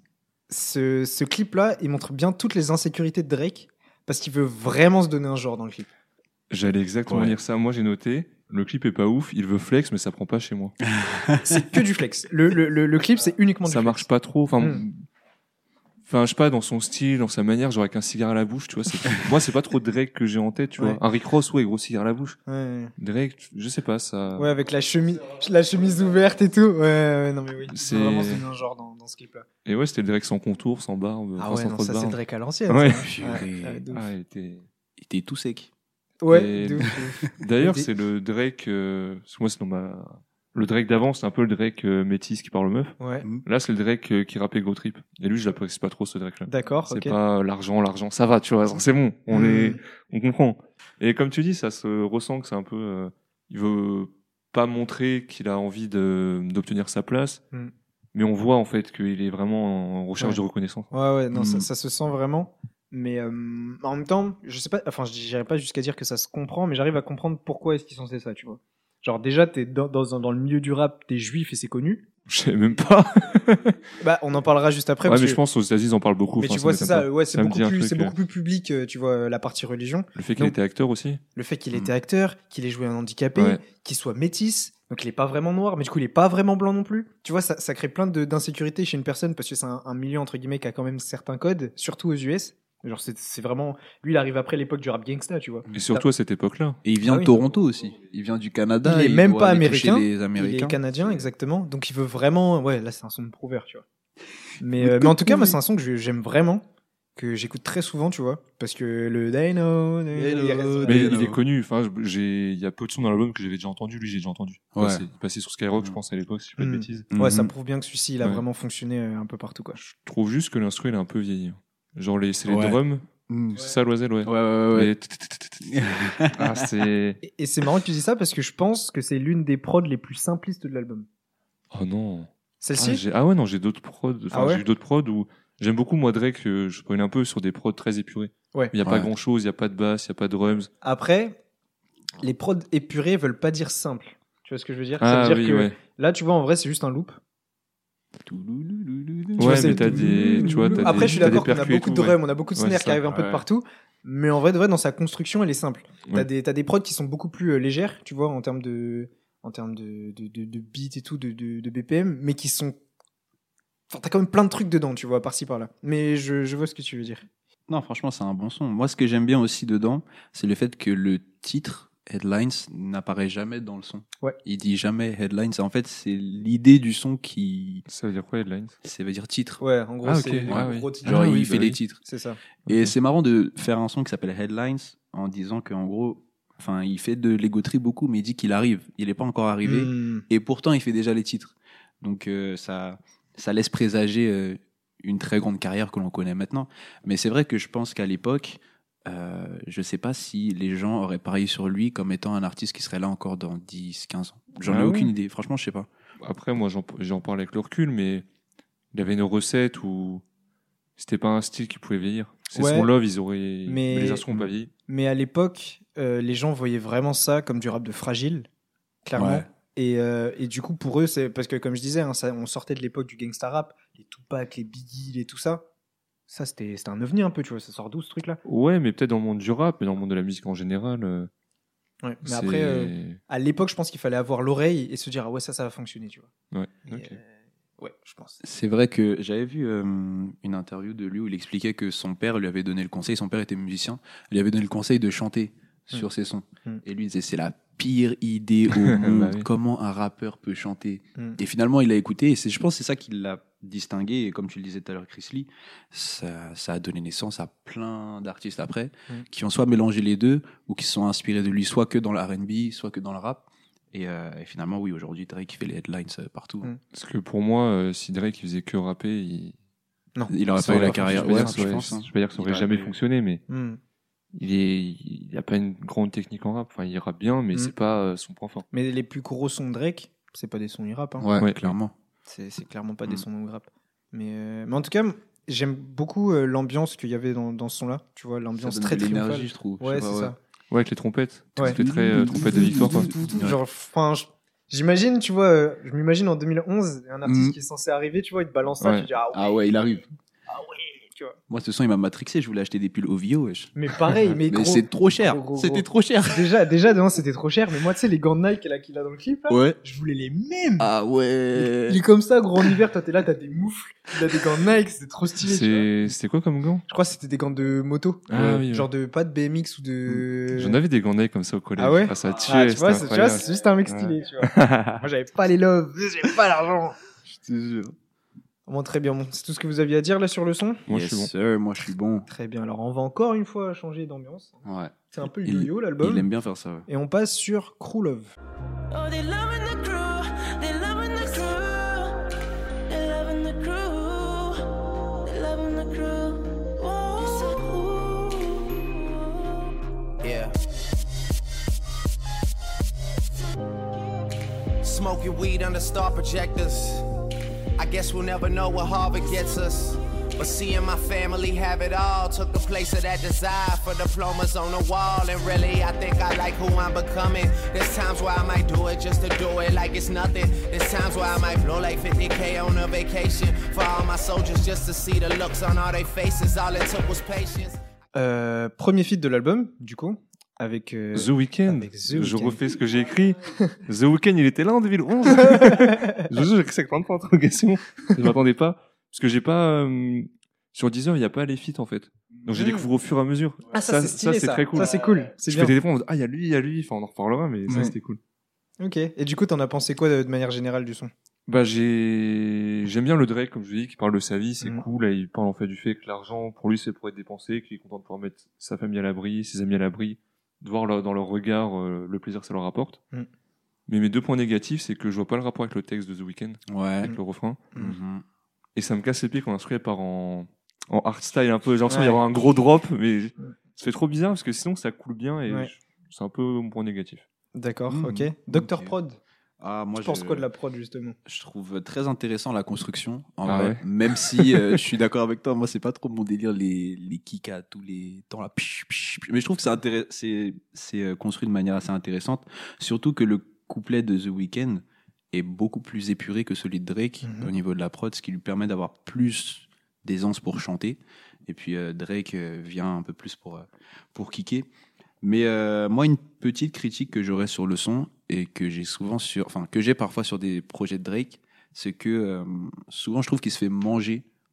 ce, ce clip-là, il montre bien toutes les insécurités de Drake parce qu'il veut vraiment se donner un genre dans le clip. J'allais exactement Ouais. dire ça. Moi, j'ai noté. Le clip est pas ouf. Il veut flex, mais ça prend pas chez moi. C'est que du flex. Le, le, le, le clip, c'est uniquement du Ça flex. marche pas trop. Enfin, Mm. enfin, je sais pas, dans son style, dans sa manière, genre avec un cigare à la bouche, tu vois. C'est... Moi, c'est pas trop Drake que j'ai en tête, tu Ouais. vois. Un Rick Ross, ouais, gros cigare à la bouche. Ouais. Drake, je sais pas, ça. Ouais, avec la chemise, la chemise ouverte et tout. Ouais, ouais, non mais oui. C'est- C'est vraiment se donner un genre dans, dans ce clip-là. Et ouais, c'était le Drake sans contour, sans barbe, Ah enfin, ouais, sans non, trop de ça c'est barbe. Drake à l'ancienne. Ouais. ça. Ouais, Purée. ouais, de ouf. Ah, il était... Il était tout sec. Ouais, Et- de ouf, de ouf. D'ailleurs, Des- c'est le Drake. Euh... parce que moi, c'est dans ma. Le Drake d'avant, c'est un peu le Drake euh, métis qui parle aux meufs. Ouais, Là, c'est le Drake euh, qui rappait Go Trip. Et lui, je l'apprécie pas trop, ce Drake-là. d'accord, C'est ok. pas euh, l'argent, l'argent, ça va, tu vois, c'est bon, on Hmm. est, on comprend. Et comme tu dis, ça se ressent que c'est un peu, euh, il veut pas montrer qu'il a envie de, d'obtenir sa place, Hmm. mais on voit en fait qu'il est vraiment en recherche Ouais. de reconnaissance. Ouais, ouais, non, ça, Mm. ça se sent vraiment. Mais euh, en même temps, je sais pas, enfin, je dirais pas jusqu'à dire que ça se comprend, mais j'arrive à comprendre pourquoi est-ce qu'ils sont ça, tu vois. Genre, déjà, t'es dans, dans, dans le milieu du rap, t'es juif et c'est connu. Je sais même pas. Bah, on en parlera juste après. ouais, parce mais que- je pense aux États-Unis, ils en parlent beaucoup. mais enfin, tu vois, c'est m'étonne ça, pas. ouais, c'est Ça me beaucoup, dit un plus, truc, c'est euh. beaucoup plus public, euh, tu vois, la partie religion. Le fait qu'il Donc- était acteur aussi. Le fait qu'il Mm. était acteur, qu'il ait joué un handicapé, Ouais. qu'il soit métis, donc il est pas vraiment noir, mais du coup il est pas vraiment blanc non plus. Tu vois, ça, ça crée plein de- d'insécurité chez une personne parce que c'est un, un milieu entre guillemets qui a quand même certains codes, surtout aux U S. Genre c'est c'est vraiment, lui il arrive après l'époque du rap gangsta, tu vois. Et surtout à cette époque-là. Et il vient Ah de oui. Toronto aussi. Il vient du Canada. Il est même doit pas aller toucher américain. Les Il Américains. est canadien exactement, donc il veut vraiment, ouais là c'est un son de prouveur, tu vois. Mais, Mais euh, que mais en tout cas moi prouver. c'est un son que je- j'aime vraiment, que j'écoute très souvent, tu vois, parce que le Dino, Dino, il reste- Mais Dino. il est connu. Enfin, je- j'ai, il y a peu de sons dans l'album que j'avais déjà entendu. Lui, j'ai déjà entendu. Ouais. Passé, passé sur Skyrock, je pense à l'époque, si je dis pas de Mm. bêtises. Ouais, ça Mhm. prouve bien que celui-ci il a Ouais. vraiment fonctionné euh, un peu partout, quoi. Je trouve juste que l'instru il est un peu vieilli. Genre les, c'est les Ouais. drums. Mm. C'est ça, Loisel, ouais. Ouais, ouais, ouais. Les- Ah, c'est. Et, et c'est marrant que tu dis ça parce que je pense que c'est l'une des prods les plus simplistes de l'album. Oh non. Ah, Celle-ci j'ai- ah ouais, non, j'ai d'autres prods. Enfin, Ah ouais j'ai eu d'autres prods où j'aime beaucoup, moi, Drake, euh, je spoil un peu sur des prods très épurés. Ouais. Il y a pas Ouais. grand chose, il y a pas de basse, il y a pas de drums. Après, les prods épurés veulent pas dire simple. Tu vois ce que je veux dire Ça Ah veut dire oui, que ouais. là, tu vois, en vrai, c'est juste un loop. Tu Ouais, vois, c'est mais le t'as tout- des, tu vois, t'as Après, des, je suis t'as des d'accord qu'on a percus et beaucoup de tout, ouais. drums, on a beaucoup de Ouais, snares c'est qui ça. arrivent un peu de Ouais. partout. Mais en vrai, de vrai, dans sa construction, elle est simple. T'as Ouais. des, t'as des prods qui sont beaucoup plus euh, légères, tu vois, en termes de, en termes de, de, de, de beats et tout, de, de, de B P M, mais qui sont. Enfin, t'as quand même plein de trucs dedans, tu vois, par-ci par-là. Mais je, je vois ce que tu veux dire. Non, franchement, c'est un bon son. Moi, ce que j'aime bien aussi dedans, c'est le fait que le titre Headlines n'apparaît jamais dans le son. Ouais. Il dit jamais Headlines. En fait, c'est l'idée du son qui. Ça veut dire quoi, Headlines? Ça veut dire titre. Ouais, en gros, Ah, ok. c'est Ah, un oui. gros titre. Genre, Ah il oui, fait bah les oui. titres. C'est ça. Et Ok. c'est marrant de faire un son qui s'appelle Headlines en disant qu'en gros, enfin, il fait de l'ego trip beaucoup, mais il dit qu'il arrive. Il n'est pas encore arrivé. Hmm. Et pourtant, il fait déjà les titres. Donc, euh, ça, ça laisse présager euh, une très grande carrière que l'on connaît maintenant. Mais c'est vrai que je pense qu'à l'époque, euh, je sais pas si les gens auraient parié sur lui comme étant un artiste qui serait là encore dans dix, quinze ans. J'en ai Ah ouais. aucune idée. Franchement, je sais pas. Après, moi, j'en, j'en parle avec le recul, mais il avait une recette où c'était pas un style qui pouvait vieillir. Ces Ouais, sons-là, ils auraient. mais- Mais les instruments n'ont pas vieilli. Mais à l'époque, euh, les gens voyaient vraiment ça comme du rap de fragile, clairement. Ouais. Et, euh, et du coup, pour eux, c'est parce que, comme je disais, hein, ça, on sortait de l'époque du gangsta rap, les Tupac, les Biggie, les tout ça. Ça, c'était c'était un ovni un peu, tu vois. Ça sort d'où ce truc-là? Ouais, mais peut-être dans le monde du rap, mais dans le monde de la musique en général. euh, Ouais. Mais c'est- après, euh, à l'époque, je pense qu'il fallait avoir l'oreille et se dire, ah ouais, ça, ça va fonctionner, tu vois. Ouais, Et, ok. euh, ouais, je pense. C'est vrai que j'avais vu euh, une interview de lui où il expliquait que son père lui avait donné le conseil, son père était musicien, il lui avait donné le conseil de chanter sur Mm. ses sons. Mm. Et lui il disait c'est la pire idée au monde, Bah oui. comment un rappeur peut chanter. Mm. Et finalement il a écouté et c'est, je pense que c'est ça qui l'a distingué et comme tu le disais tout à l'heure Chris Lee, ça, ça a donné naissance à plein d'artistes après Mm. qui ont soit mélangé les deux ou qui se sont inspirés de lui soit que dans le R and B, soit que dans le rap. Et, euh, et finalement oui aujourd'hui Drake fait les headlines euh, partout. Mm. Parce que pour moi, euh, si Drake il faisait que rapper, il. Non. Il aurait ça pas eu la aurait- carrière. Je vais Ouais, dire que ça je aurait- pense, hein. je vais dire que ça Il aurait aurait jamais pas eu. fonctionné, mais Mm. il est, il a pas une grande technique en rap. Enfin, il rappe bien, mais Mm. c'est pas euh, son point fort. Mais les plus gros sons de Drake, c'est pas des sons du rap. Hein. Ouais, Ouais. clairement. C'est c'est clairement pas Mm. des sons de rap. Mais, euh, mais en tout cas, j'aime beaucoup euh, l'ambiance qu'il y avait dans, dans ce son-là. Tu vois, l'ambiance Ça donne très de l'énergie, triomphale. je trouve. Je Ouais, sais c'est pas, ça. Ouais, avec les trompettes. Ouais. C'était très euh, trompette de victoire, quoi. Ouais. Genre, enfin, je- j'imagine, tu vois, euh, je m'imagine en deux mille onze, un artiste Mm. qui est censé arriver, tu vois, il te balance ça, Ouais. tu te dis, ah ouais, Ah ouais, il arrive. ah ouais, tu vois. Moi, ce son, il m'a matrixé. Je voulais acheter des pulls O V O, wesh. Mais pareil, mais, Mais gros, c'est trop cher. gros, gros, C'était gros. trop cher. Déjà, déjà, devant, c'était trop cher, mais moi, tu sais, les gants de Nike là, qu'il a dans le clip, là, Ouais. je voulais les mêmes. Ah ouais. Il est comme ça, gros, en hiver, toi, t'es là, t'as des moufles, il a des gants de Nike, c'était trop stylé, tu vois. C'est, c'était quoi comme gant? Je crois que c'était des gants de moto. Ah oui, Genre de, pas de B M X ou de... J'en avais des gants Nike comme ça au collège. Ah ouais ça tuait, Ah, tu c'était vois, c'est, tu vois, incroyable. c'est juste un mec stylé, tu vois. Moi, j'avais pas les loves, j'avais pas l'argent. Je te jure. Bon, très bien. Bon, c'est tout ce que vous aviez à dire là sur le son. Moi, yes, je suis bon. sir, moi, je suis bon. Très bien. Alors, on va encore une fois changer d'ambiance. Ouais. C'est un peu le Il- yo-yo l'album. Il aime bien faire ça, ouais. Et on passe sur Crew Love. Oh, they loving the crew, they loving the crew, they loving the crew, they loving the crew. Ooh. Yeah. Smoking weed under star projectors. I guess we'll never know what Harvard gets us. But seeing my family have it all took the place of that desire for diplomas on the wall. And really, I think I like who I'm becoming. There's times where I might do it just to do it like it's nothing. There's times where I might blow like fifty K on a vacation. For all my soldiers just to see the looks on all their faces. All it took was patience. Euh, premier feat de l'album, du coup, avec. euh, The Weeknd. avec The Je Weeknd. refais ce que j'ai écrit. The Weeknd, il était là en deux mille onze. Je vous jure, j'ai écrit ça avec plein de points d'interrogation. Je m'attendais pas. Parce que j'ai pas, euh, sur Deezer, il n'y a pas les feats, en fait. Donc j'ai Mm. découvert au fur et à mesure. Ah, ça, c'est stylé, c'est ça. très cool. Ça, c'est cool. C'est Je bien. fais des points en mode, ah, il y a lui, il y a lui. Enfin, on en reparlera, mais ça, Ouais. c'était cool. Ok. Et du coup, t'en as pensé quoi de, de manière générale du son? Bah, j'ai, j'aime bien le Drake, comme je vous dis, qui parle de sa vie, c'est Mm. cool. Là, il parle en fait du fait que l'argent, pour lui, c'est pour être dépensé, qu'il est content de pouvoir mettre sa famille à l'abri, ses amis à l'abri, de voir leur- dans leur regard euh, le plaisir que ça leur apporte. Mm. Mais mes deux points négatifs, c'est que je vois pas le rapport avec le texte de The Weeknd, Ouais. avec le refrain. Mhm. Et ça me casse les pieds quand l'instru elle part en, en hardstyle un peu. J'ai l'impression Ouais. d'y avoir un gros drop, mais ça fait trop bizarre parce que sinon ça coule bien et Ouais. je- c'est un peu mon point négatif. D'accord, Mm. ok. docteur Ok. Prod. Ah, moi, Tu penses je... quoi de la prod, justement? Je trouve très intéressant la construction, en Ah vrai. ouais. Même si euh, je suis d'accord avec toi, moi c'est pas trop mon délire les les kicks à tous les temps là. Psh, psh, psh. Mais je trouve que c'est intéress- c'est c'est euh, construit de manière assez intéressante, surtout que le couplet de The Weeknd est beaucoup plus épuré que celui de Drake Mhm. au niveau de la prod, ce qui lui permet d'avoir plus d'aisance pour chanter. Et puis euh, Drake euh, vient un peu plus pour euh, pour kicker. Mais euh, moi, une petite critique que j'aurais sur le son et que j'ai souvent sur, enfin que j'ai parfois sur des projets de Drake, c'est que euh, souvent je trouve qu'il se fait manger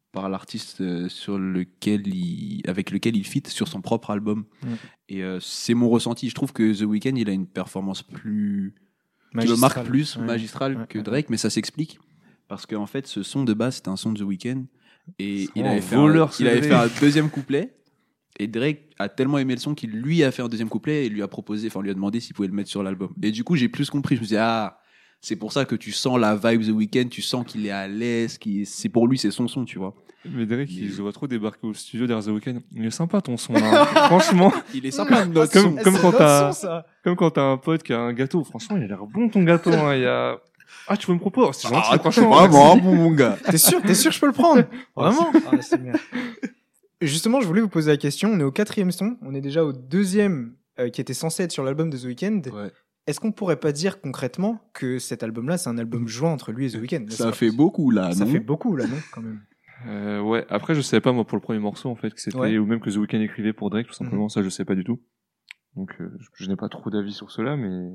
par l'artiste euh, sur lequel il, avec lequel il fit sur son propre album. Mm. Et euh, c'est mon ressenti. Je trouve que The Weeknd, il a une performance plus qui me Magistral. marque plus Ouais. magistrale Ouais, que ouais. Drake, mais ça s'explique parce qu'en fait, ce son de base, c'était un son de The Weeknd et il Oh, avait, fait voleur, un, ce il avait Drake. fait un deuxième couplet. Et Drake a tellement aimé le son qu'il lui a fait un deuxième couplet et lui a proposé, enfin lui a demandé s'il pouvait le mettre sur l'album. Et du coup, j'ai plus compris. Je me suis dit, ah, c'est pour ça que tu sens la vibe The Weeknd, tu sens qu'il est à l'aise, qu'il est- c'est pour lui, c'est son son, tu vois. Mais Derek, Il- il je vois trop débarquer au studio derrière The Weeknd. Il est sympa ton son là. Franchement, Il est sympa, notre Comme- son. comme C'est quand notre t'as- son, ça. comme quand t'as un pote qui a un gâteau. Franchement, il a l'air bon ton gâteau. Hein. Il y a... Ah, tu veux me proposer? C'est gentil, Ah, franchement. vraiment, bon, mon gars. T'es sûr, t'es sûr que je peux le prendre? Vraiment? Ah, c'est bien. Justement, je voulais vous poser la question. On est au quatrième son. On est déjà au deuxième euh, qui était censé être sur l'album de The Weeknd. Ouais. Est-ce qu'on pourrait pas dire concrètement que cet album-là, c'est un album joint entre lui et The Weeknd? Ça fait beaucoup, là, Ça non? fait beaucoup, là, non, quand même. Euh, ouais, après, je savais pas, moi, pour le premier morceau, en fait, que c'était, Ouais. ou même que The Weeknd écrivait pour Drake, tout simplement. Ça, je sais pas du tout. Donc, euh, je, je n'ai pas trop d'avis sur cela, mais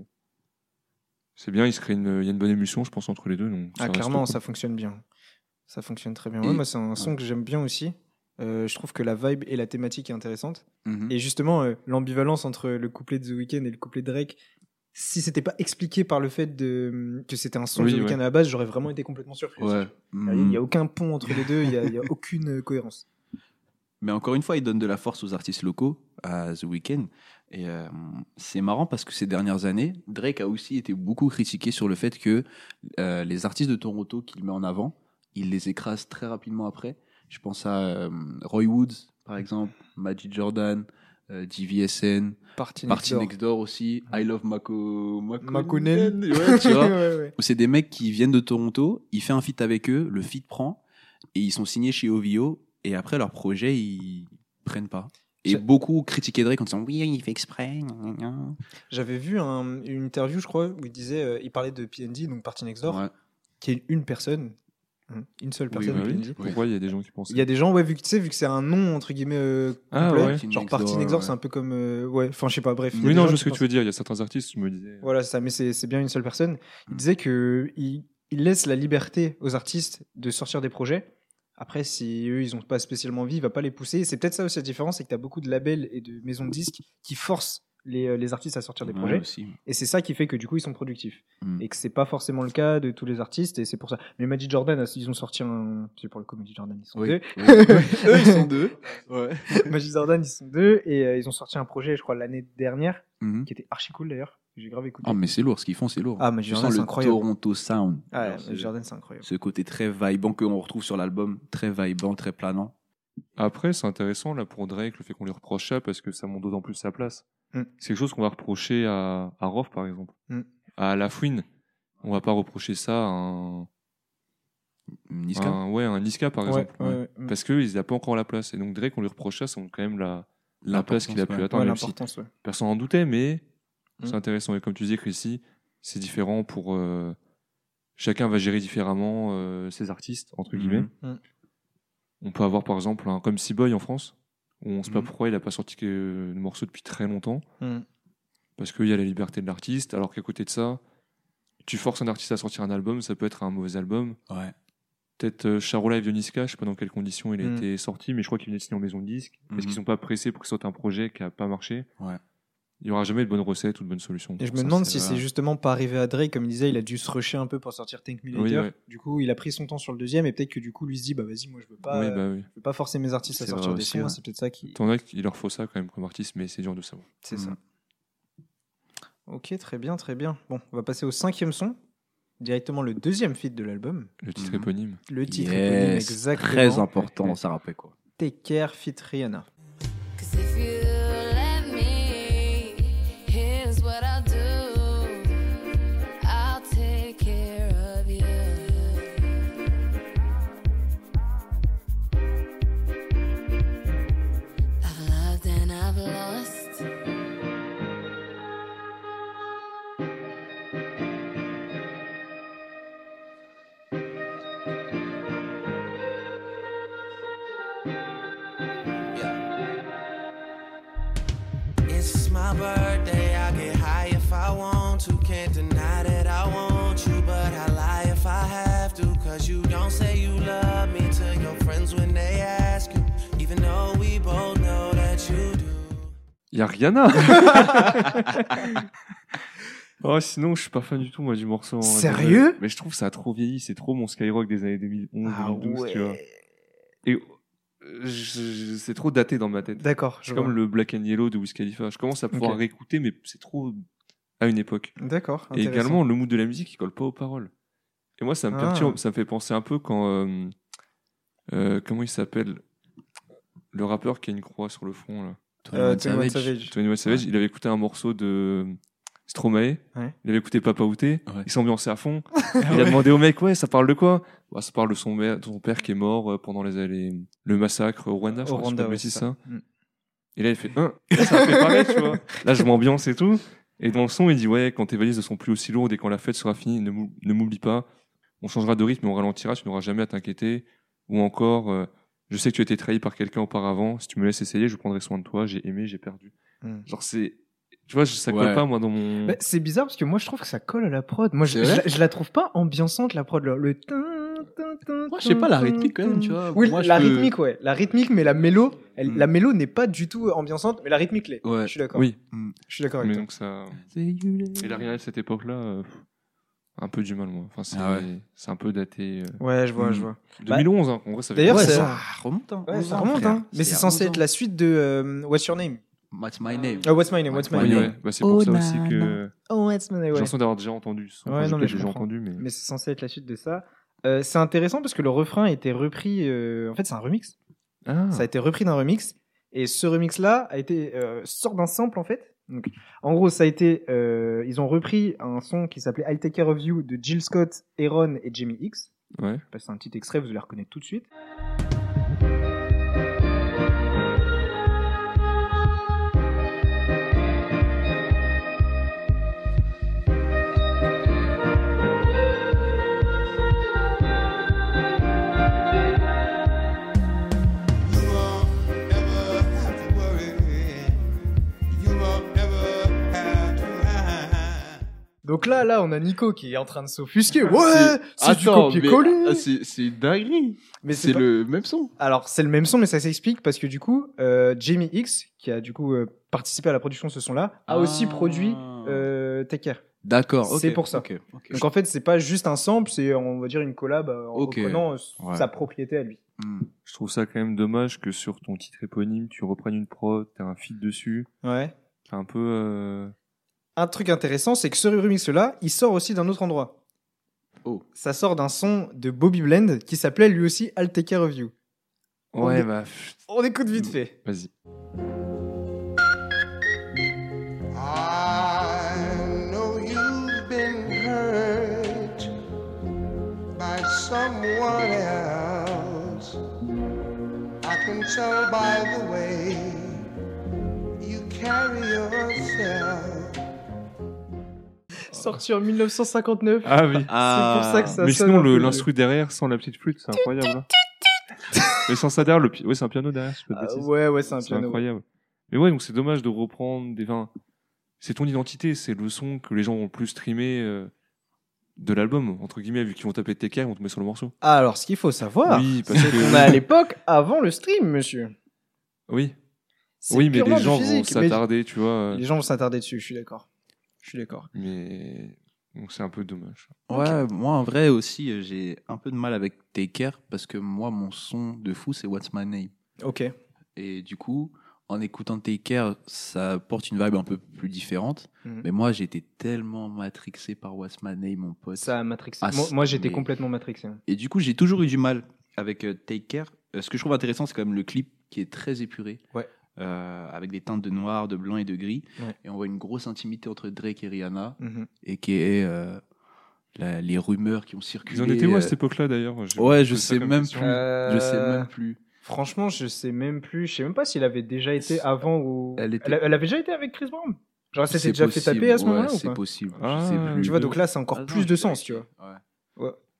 c'est bien, il se crée une, il y a une bonne émulsion, je pense, entre les deux. Donc Ah, ça reste clairement, cool. ça fonctionne bien. Ça fonctionne très bien. Et- Ouais, moi, c'est un son que j'aime bien aussi. Euh, je trouve que la vibe et la thématique est intéressante. Mhm. Et justement, euh, l'ambivalence entre le couplet de The Weeknd et le couplet de Drake, si c'était pas expliqué par le fait de, que c'était un son Oui, de The Weeknd ouais. à la base, j'aurais vraiment été complètement surpris. Ouais. Il Mhm. n'y a aucun pont entre les deux, il n'y a, il y a aucune euh, cohérence. Mais encore une fois, il donne de la force aux artistes locaux, à The Weeknd. Et euh, c'est marrant parce que ces dernières années, Drake a aussi été beaucoup critiqué sur le fait que euh, les artistes de Toronto qu'il met en avant, il les écrase très rapidement après. Je pense à euh, Roy Woods, par exemple, Magic Jordan, euh, D V S N, Party Party Next Door aussi, I Love Mako... Makonnen. Ouais, tu vois. Ouais, ouais. C'est des mecs qui viennent de Toronto, il fait un feat avec eux, le feat prend, et ils sont signés chez O V O, et après leur projet, ils prennent pas. Et Je- beaucoup critiquaient Drake en disant oui, il fait exprès. gna, gna, gna. J'avais vu un- une interview, je crois, où il disait, euh, il parlait de P N D, donc Party Next Door, Ouais. qui est une personne, hein, une seule Oui, personne. Bah P N oui. D. Pourquoi il y a des gens qui pensent Il y a des gens, ouais, vu que tu sais, vu que c'est un nom entre guillemets euh, Ah, complet, ouais. genre Next Party Door, Next Door, ouais. c'est un peu comme, euh, ouais, enfin je sais pas, bref. il y a Oui, des non, gens je vois qui ce que pensent- tu veux dire. Il y a certains artistes, je me disais. Voilà, c'est ça, mais c'est c'est bien une seule personne. Il Mm. disait que il, il laisse la liberté aux artistes de sortir des projets. Après, si eux, ils ont pas spécialement envie, il va pas les pousser. C'est peut-être ça aussi la différence, c'est que tu as beaucoup de labels et de maisons de disques qui forcent les, euh, les artistes à sortir des Ouais, projets. aussi. Et c'est ça qui fait que du coup, ils sont productifs. Mm. Et que c'est pas forcément le cas de tous les artistes, et c'est pour ça. Mais Magic Jordan, ils ont sorti un. C'est pour le coup, Magic Jordan, ils sont Oui. deux. Oui. Eux, ils sont deux. Ouais. Magic Jordan, ils sont deux, et euh, ils ont sorti un projet, je crois, l'année dernière, Mhm. qui était archi cool d'ailleurs. que J'ai grave écouté. Oh, mais c'est lourd, ce qu'ils font, c'est lourd. Ah, Magic Tu Jordan, sens c'est le incroyable. Toronto Sound. Ah, Genre, ce- Magic Jordan, c'est incroyable. Ce côté très vibant qu'on retrouve sur l'album, très vibant, très planant. Après, c'est intéressant là pour Drake, le fait qu'on lui reproche ça parce que ça monte d'autant plus sa place. Mm. C'est quelque chose qu'on va reprocher à, à Roth, par exemple. Mm. À La Fouine, on va pas reprocher ça à un, Niska. un- ouais, un Niska, par Ouais, exemple. ouais, ouais. Mm. Parce qu'il n'a pas encore la place. Et donc Drake, on lui reproche ça, c'est quand même la, la place qu'il a pu ouais. atteindre. Ouais, même si l'importance, ouais. personne n'en doutait, mais Mm. c'est intéressant. Et comme tu disais, Chrissy, c'est différent pour. euh, chacun va gérer différemment euh, ses artistes, entre Mhm. guillemets. Mm. On peut avoir par exemple un comme Seaboy en France, où on ne sait pas Mhm. pourquoi il n'a pas sorti que- de morceau depuis très longtemps, Mm. parce qu'il y a la liberté de l'artiste, alors qu'à côté de ça, tu forces un artiste à sortir un album, ça peut être un mauvais album. Ouais. Peut-être euh, Charola et Niska, je sais pas dans quelles conditions il a Mm. été sorti, mais je crois qu'il venait de signer en maison de disque. Est-ce Mhm. qu'ils sont pas pressés pour que ce soit un projet qui a pas marché? Ouais. Il y aura jamais de bonne recette ou de bonne solution. Et je pour me ça. demande c'est si vrai. c'est justement pas arrivé à Drake, comme il disait, il a dû se rusher un peu pour sortir Tank Me Later. Oui, ouais. Du coup, il a pris son temps sur le deuxième, et peut-être que du coup, lui se dit, bah vas-y, moi je veux pas, Oui, euh, bah oui. je veux pas forcer mes artistes à C'est sortir vrai des aussi, sons. ouais. C'est peut-être ça qui. T'en as qu'il leur faut ça quand même comme artiste, mais c'est dur de savoir. C'est Mm. ça. Ok, très bien, très bien. Bon, on va passer au cinquième son, directement le deuxième feat de l'album, Le titre Mhm. éponyme. le titre éponyme Yes. exactement. Très important dans sa rappel, quoi. Take Care feat Rihanna. Cause if you let me, here's what I'll do. I'll take care of you. I've loved and I've lost. It's my birthday, I get high if I want to. Can't deny that I want you, but I lie if I have to. Cause you don't say you love me to your friends when they ask you, even though we both know that you do. Il y a Rihanna. Oh, sinon, je suis pas fan du tout, moi, du morceau. hein, Sérieux désolé. Mais je trouve ça a trop vieilli. C'est trop mon Skyrock des années deux mille onze, Ah deux mille douze, tu vois. ouais. Et euh, je- je- c'est trop daté dans ma tête. D'accord, je C'est vois. comme le Black and Yellow de Wiz Khalifa. Je commence à pouvoir Ok. réécouter, mais c'est trop à une époque. D'accord. Et intéressant. également, le mood de la musique, il colle pas aux paroles. Et moi, ça me Ah. perturbe, ça me fait penser un peu quand. euh, euh, comment il s'appelle Le rappeur qui a une croix sur le front, là. Euh, twenty-one twenty-one Savage. Savage. twenty-one Savage, il avait écouté un morceau de Stromae, Ouais. il avait écouté Papa Outé, Ouais. il s'ambiançait à fond. Il a demandé au mec, ouais, ça parle de quoi? Bah, ça parle de son, mère- de son père qui est mort euh, pendant les, les- le massacre au Rwanda, je Au crois, si je dis Rwanda, pas de ouais, bêtises, c'est ça. ça. Mm. Et là, il fait, hein, là, ça me fait pareil, tu vois. Là, je m'ambiance et tout. Et dans le son, il dit, ouais, quand tes valises ne sont plus aussi lourdes et quand la fête sera finie, ne m'ou- ne m'oublie pas. On changera de rythme et on ralentira, tu n'auras jamais à t'inquiéter. Ou encore, euh, je sais que tu as été trahi par quelqu'un auparavant. Si tu me laisses essayer, je prendrai soin de toi. J'ai aimé, j'ai perdu. Mm. Genre, c'est, tu vois, je- ça colle Ouais. pas, moi, dans mon. Bah, c'est bizarre parce que moi je trouve que ça colle à la prod. Moi je, C'est je, vrai la- je la trouve pas ambiançante la prod. Le, le tin, tin, tin, Moi, je sais pas, la tin, rythmique, quand même, tin. tu vois. Oui, Moi, je la peux- rythmique, ouais. La rythmique, mais la mélo, elle- Mm. la mélo n'est pas du tout ambiançante, mais la rythmique l'est. Ouais. Je suis d'accord. Oui, Je suis d'accord avec mais toi. donc ça. C'est you, Et la Rihanna de cette époque-là, euh, un peu du mal, moi. Enfin, c'est, Ah ouais. c'est un peu daté. euh, Ouais, je vois, Mm. je vois. deux mille onze, hein. En vrai, ça fait D'ailleurs, ouais, c'est- ça- ça remonte, hein. Ouais, onze ça ans, remonte, frère. hein. Mais c'est censé onze être ans. la suite de euh, What's Your Name? What's my name? Ah, What's My Name? What's My Ouais, Oui, Name? ouais. Bah, c'est pour Oh, ça na, aussi que na. Oh, What's My Name? j'ai Ouais. l'impression d'avoir déjà entendu. Enfin, Ouais, j'ai non, mais peut-être je déjà comprends. entendu, mais. Mais c'est censé être la suite de ça. Euh, c'est intéressant parce que le refrain a été repris. euh, En fait, c'est un remix. Ah, Ça a été repris d'un remix. Et ce remix-là a été euh, sort d'un sample en fait. Donc, en gros, ça a été. euh, ils ont repris un son qui s'appelait I'll Take Care of You de Jill Scott, Aaron et Jamie X. ouais. Je passe un petit extrait, vous allez reconnaître tout de suite. You won't ever have to worry. You won't ever have to hide. Donc là, là, on a Nico qui est en train de s'offusquer. Ouais, c'est du Attends, mais- copier-coller. ah, c'est c'est une dinguerie. Mais C'est pas- le même son. Alors, c'est le même son, mais ça s'explique parce que du coup, euh, Jamie X, qui a du coup euh, participé à la production de ce son-là, a aussi Ah. produit euh, Take Care. D'accord, ok. C'est pour ça. Ok, ok. Donc en fait, c'est pas juste un sample, c'est on va dire une collab euh, en Ok. reprenant euh, Ouais. sa propriété à lui. Hmm. Je trouve ça quand même dommage que sur ton titre éponyme, tu reprennes une prod, t'as un feat dessus. Ouais. C'est un peu. euh, Un truc intéressant, c'est que ce remix-là, il sort aussi d'un autre endroit. Oh. Ça sort d'un son de Bobby Blend qui s'appelait lui aussi I'll Take Care of You. On Ouais, est- bah. pff, On écoute vite fait. Vas-y. I know you've been hurt by someone else. I can tell by the way you carry yourself. Sorti en mille neuf cent cinquante-neuf. Ah oui. C'est pour ça que ça Mais sonne sinon, un le- peu l'instru derrière, sans la petite flûte, c'est incroyable. hein. Mais sans ça derrière, le pi- ouais, c'est un piano derrière, si je peux Ah, pas bêtises. ouais, ouais, c'est un C'est piano. incroyable. Mais ouais, donc c'est dommage de reprendre des. Enfin, c'est ton identité, c'est le son que les gens vont le plus streamer euh, de l'album, entre guillemets, vu qu'ils vont taper T K, ils vont tomber sur le morceau. Ah, alors, ce qu'il faut savoir, Oui, parce c'est que- qu'on est à l'époque avant le stream, monsieur. Oui, C'est oui, mais purement les du gens physique, vont mais s'attarder, tu vois. euh, Les gens vont s'attarder dessus, je suis d'accord. Je suis d'accord. Mais donc c'est un peu dommage. Ouais, moi en vrai aussi, euh, j'ai un peu de mal avec Take Care parce que moi, mon son de fou, c'est What's My Name. Ok. Et du coup, en écoutant Take Care, ça porte une vibe un peu plus différente. Mhm. Mais moi, j'ai été tellement matrixé par What's My Name, mon pote. Ça a matrixé. Ah, moi, moi, j'étais mais- complètement matrixé. hein. Et du coup, j'ai toujours eu du mal avec euh, Take Care. Euh, ce que je trouve intéressant, c'est quand même le clip qui est très épuré. Ouais. Euh, avec des teintes de noir, de blanc et de gris. Ouais. Et on voit une grosse intimité entre Drake et Rihanna. Mhm. Et qui est euh, la- les rumeurs qui ont circulé. Ils en étaient où à euh, cette époque-là d'ailleurs J'ai Ouais, je posé ça sais comme même question. plus. Euh, Je sais même plus. Franchement, je sais même plus. Je sais même pas s'il avait déjà été avant ou. Elle était- Elle, a- elle avait déjà été avec Chris Brown. Genre, elle s'était C'est déjà possible, fait taper à ce ouais, moment-là ou C'est pas possible. Ah, je sais plus. Tu vois, donc là, c'est encore Ah, plus non, de je sens, sais. tu vois. Ouais. Ouais.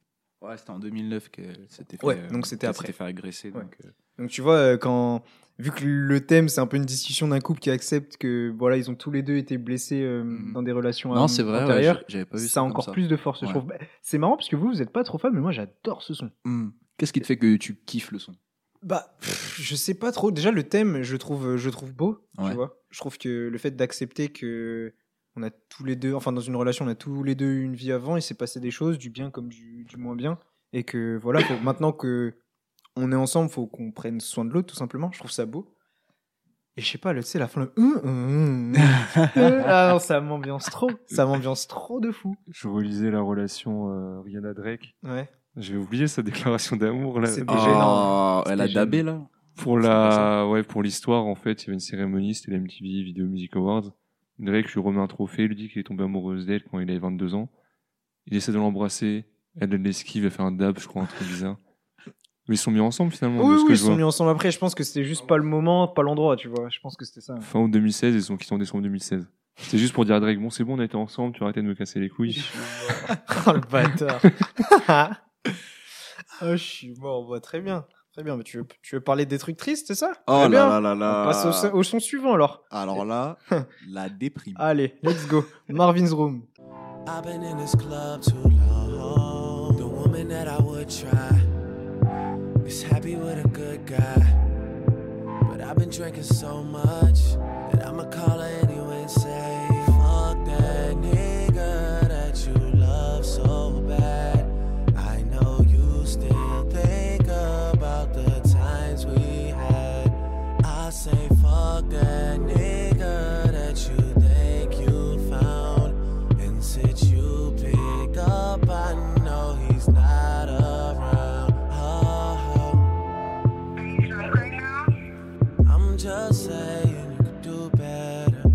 Ouais, c'était en deux mille neuf que c'était fait. Ouais, euh, donc c'était qu'elle après. s'était fait agresser. Ouais. Donc, euh, Donc tu vois, euh, quand vu que le thème c'est un peu une discussion d'un couple qui accepte que voilà ils ont tous les deux été blessés euh, Mhm. dans des relations Non, am- c'est vrai, ouais, antérieures, j'ai- j'avais pas vu ça ça a comme encore ça. plus de force. Je Ouais. trouve. Bah, c'est marrant parce que vous vous êtes pas trop fan, mais moi j'adore ce son. Hmm. Qu'est-ce qui te fait que tu kiffes le son? Bah, pff, je sais pas trop. Déjà, le thème, je le trouve, je le trouve beau. Ouais. Tu vois. Je trouve que le fait d'accepter que on a tous les deux, enfin dans une relation, on a tous les deux eu une vie avant, il s'est passé des choses, du bien comme du, du moins bien, et que voilà, faut- maintenant que on est ensemble, faut qu'on prenne soin de l'autre, tout simplement. Je trouve ça beau. Et je sais pas, le- tu sais, la fin, le hum, hum, hum. Ah non, ça m'ambiance trop, ça m'ambiance trop de fou. Je relisais la relation euh, Rihanna-Drake. Ouais. J'ai oublié sa déclaration d'amour là. C'était Oh, gênant. elle a C'était dabé gênant. là. Pour C'est pas la, ouais, pour l'histoire, en fait, il y avait une cérémonie, c'était la M T V Video Music Awards. Drake lui remet un trophée, lui dit qu'il est tombé amoureux d'elle quand il avait vingt-deux ans. Il essaie de l'embrasser, elle donne l'esquive, elle fait un dab, je crois, un truc bizarre. Mais ils sont mis ensemble finalement, Oui, de ce oui, que ils je se sont vois. mis ensemble après. Je pense que c'était juste pas le moment, pas l'endroit, tu vois. Je pense que c'était ça. Fin août deux mille seize, ils sont quittés en décembre deux mille seize. C'était juste pour dire à Drake, bon, c'est bon, on a été ensemble, tu vas arrêter de me casser les couilles. Oh le bâtard. Oh, je suis mort, bah, très bien. Très bien, mais tu veux, tu veux parler des trucs tristes, c'est ça? Oh Très bien. là là là On là. passe au, son- au son suivant alors. Alors là, la déprime. Allez, let's go. Marvin's Room. I've been in this club too long. The woman that I would try is happy with a good guy. But I've been drinking so much that I'ma call her anyway and say, fuck that nigga that you love so bad. I know you still think about the times we had. I say, fuck that nigga that you think you found. And since you pick up, I know he's not around. Oh, I'm just saying you could do better.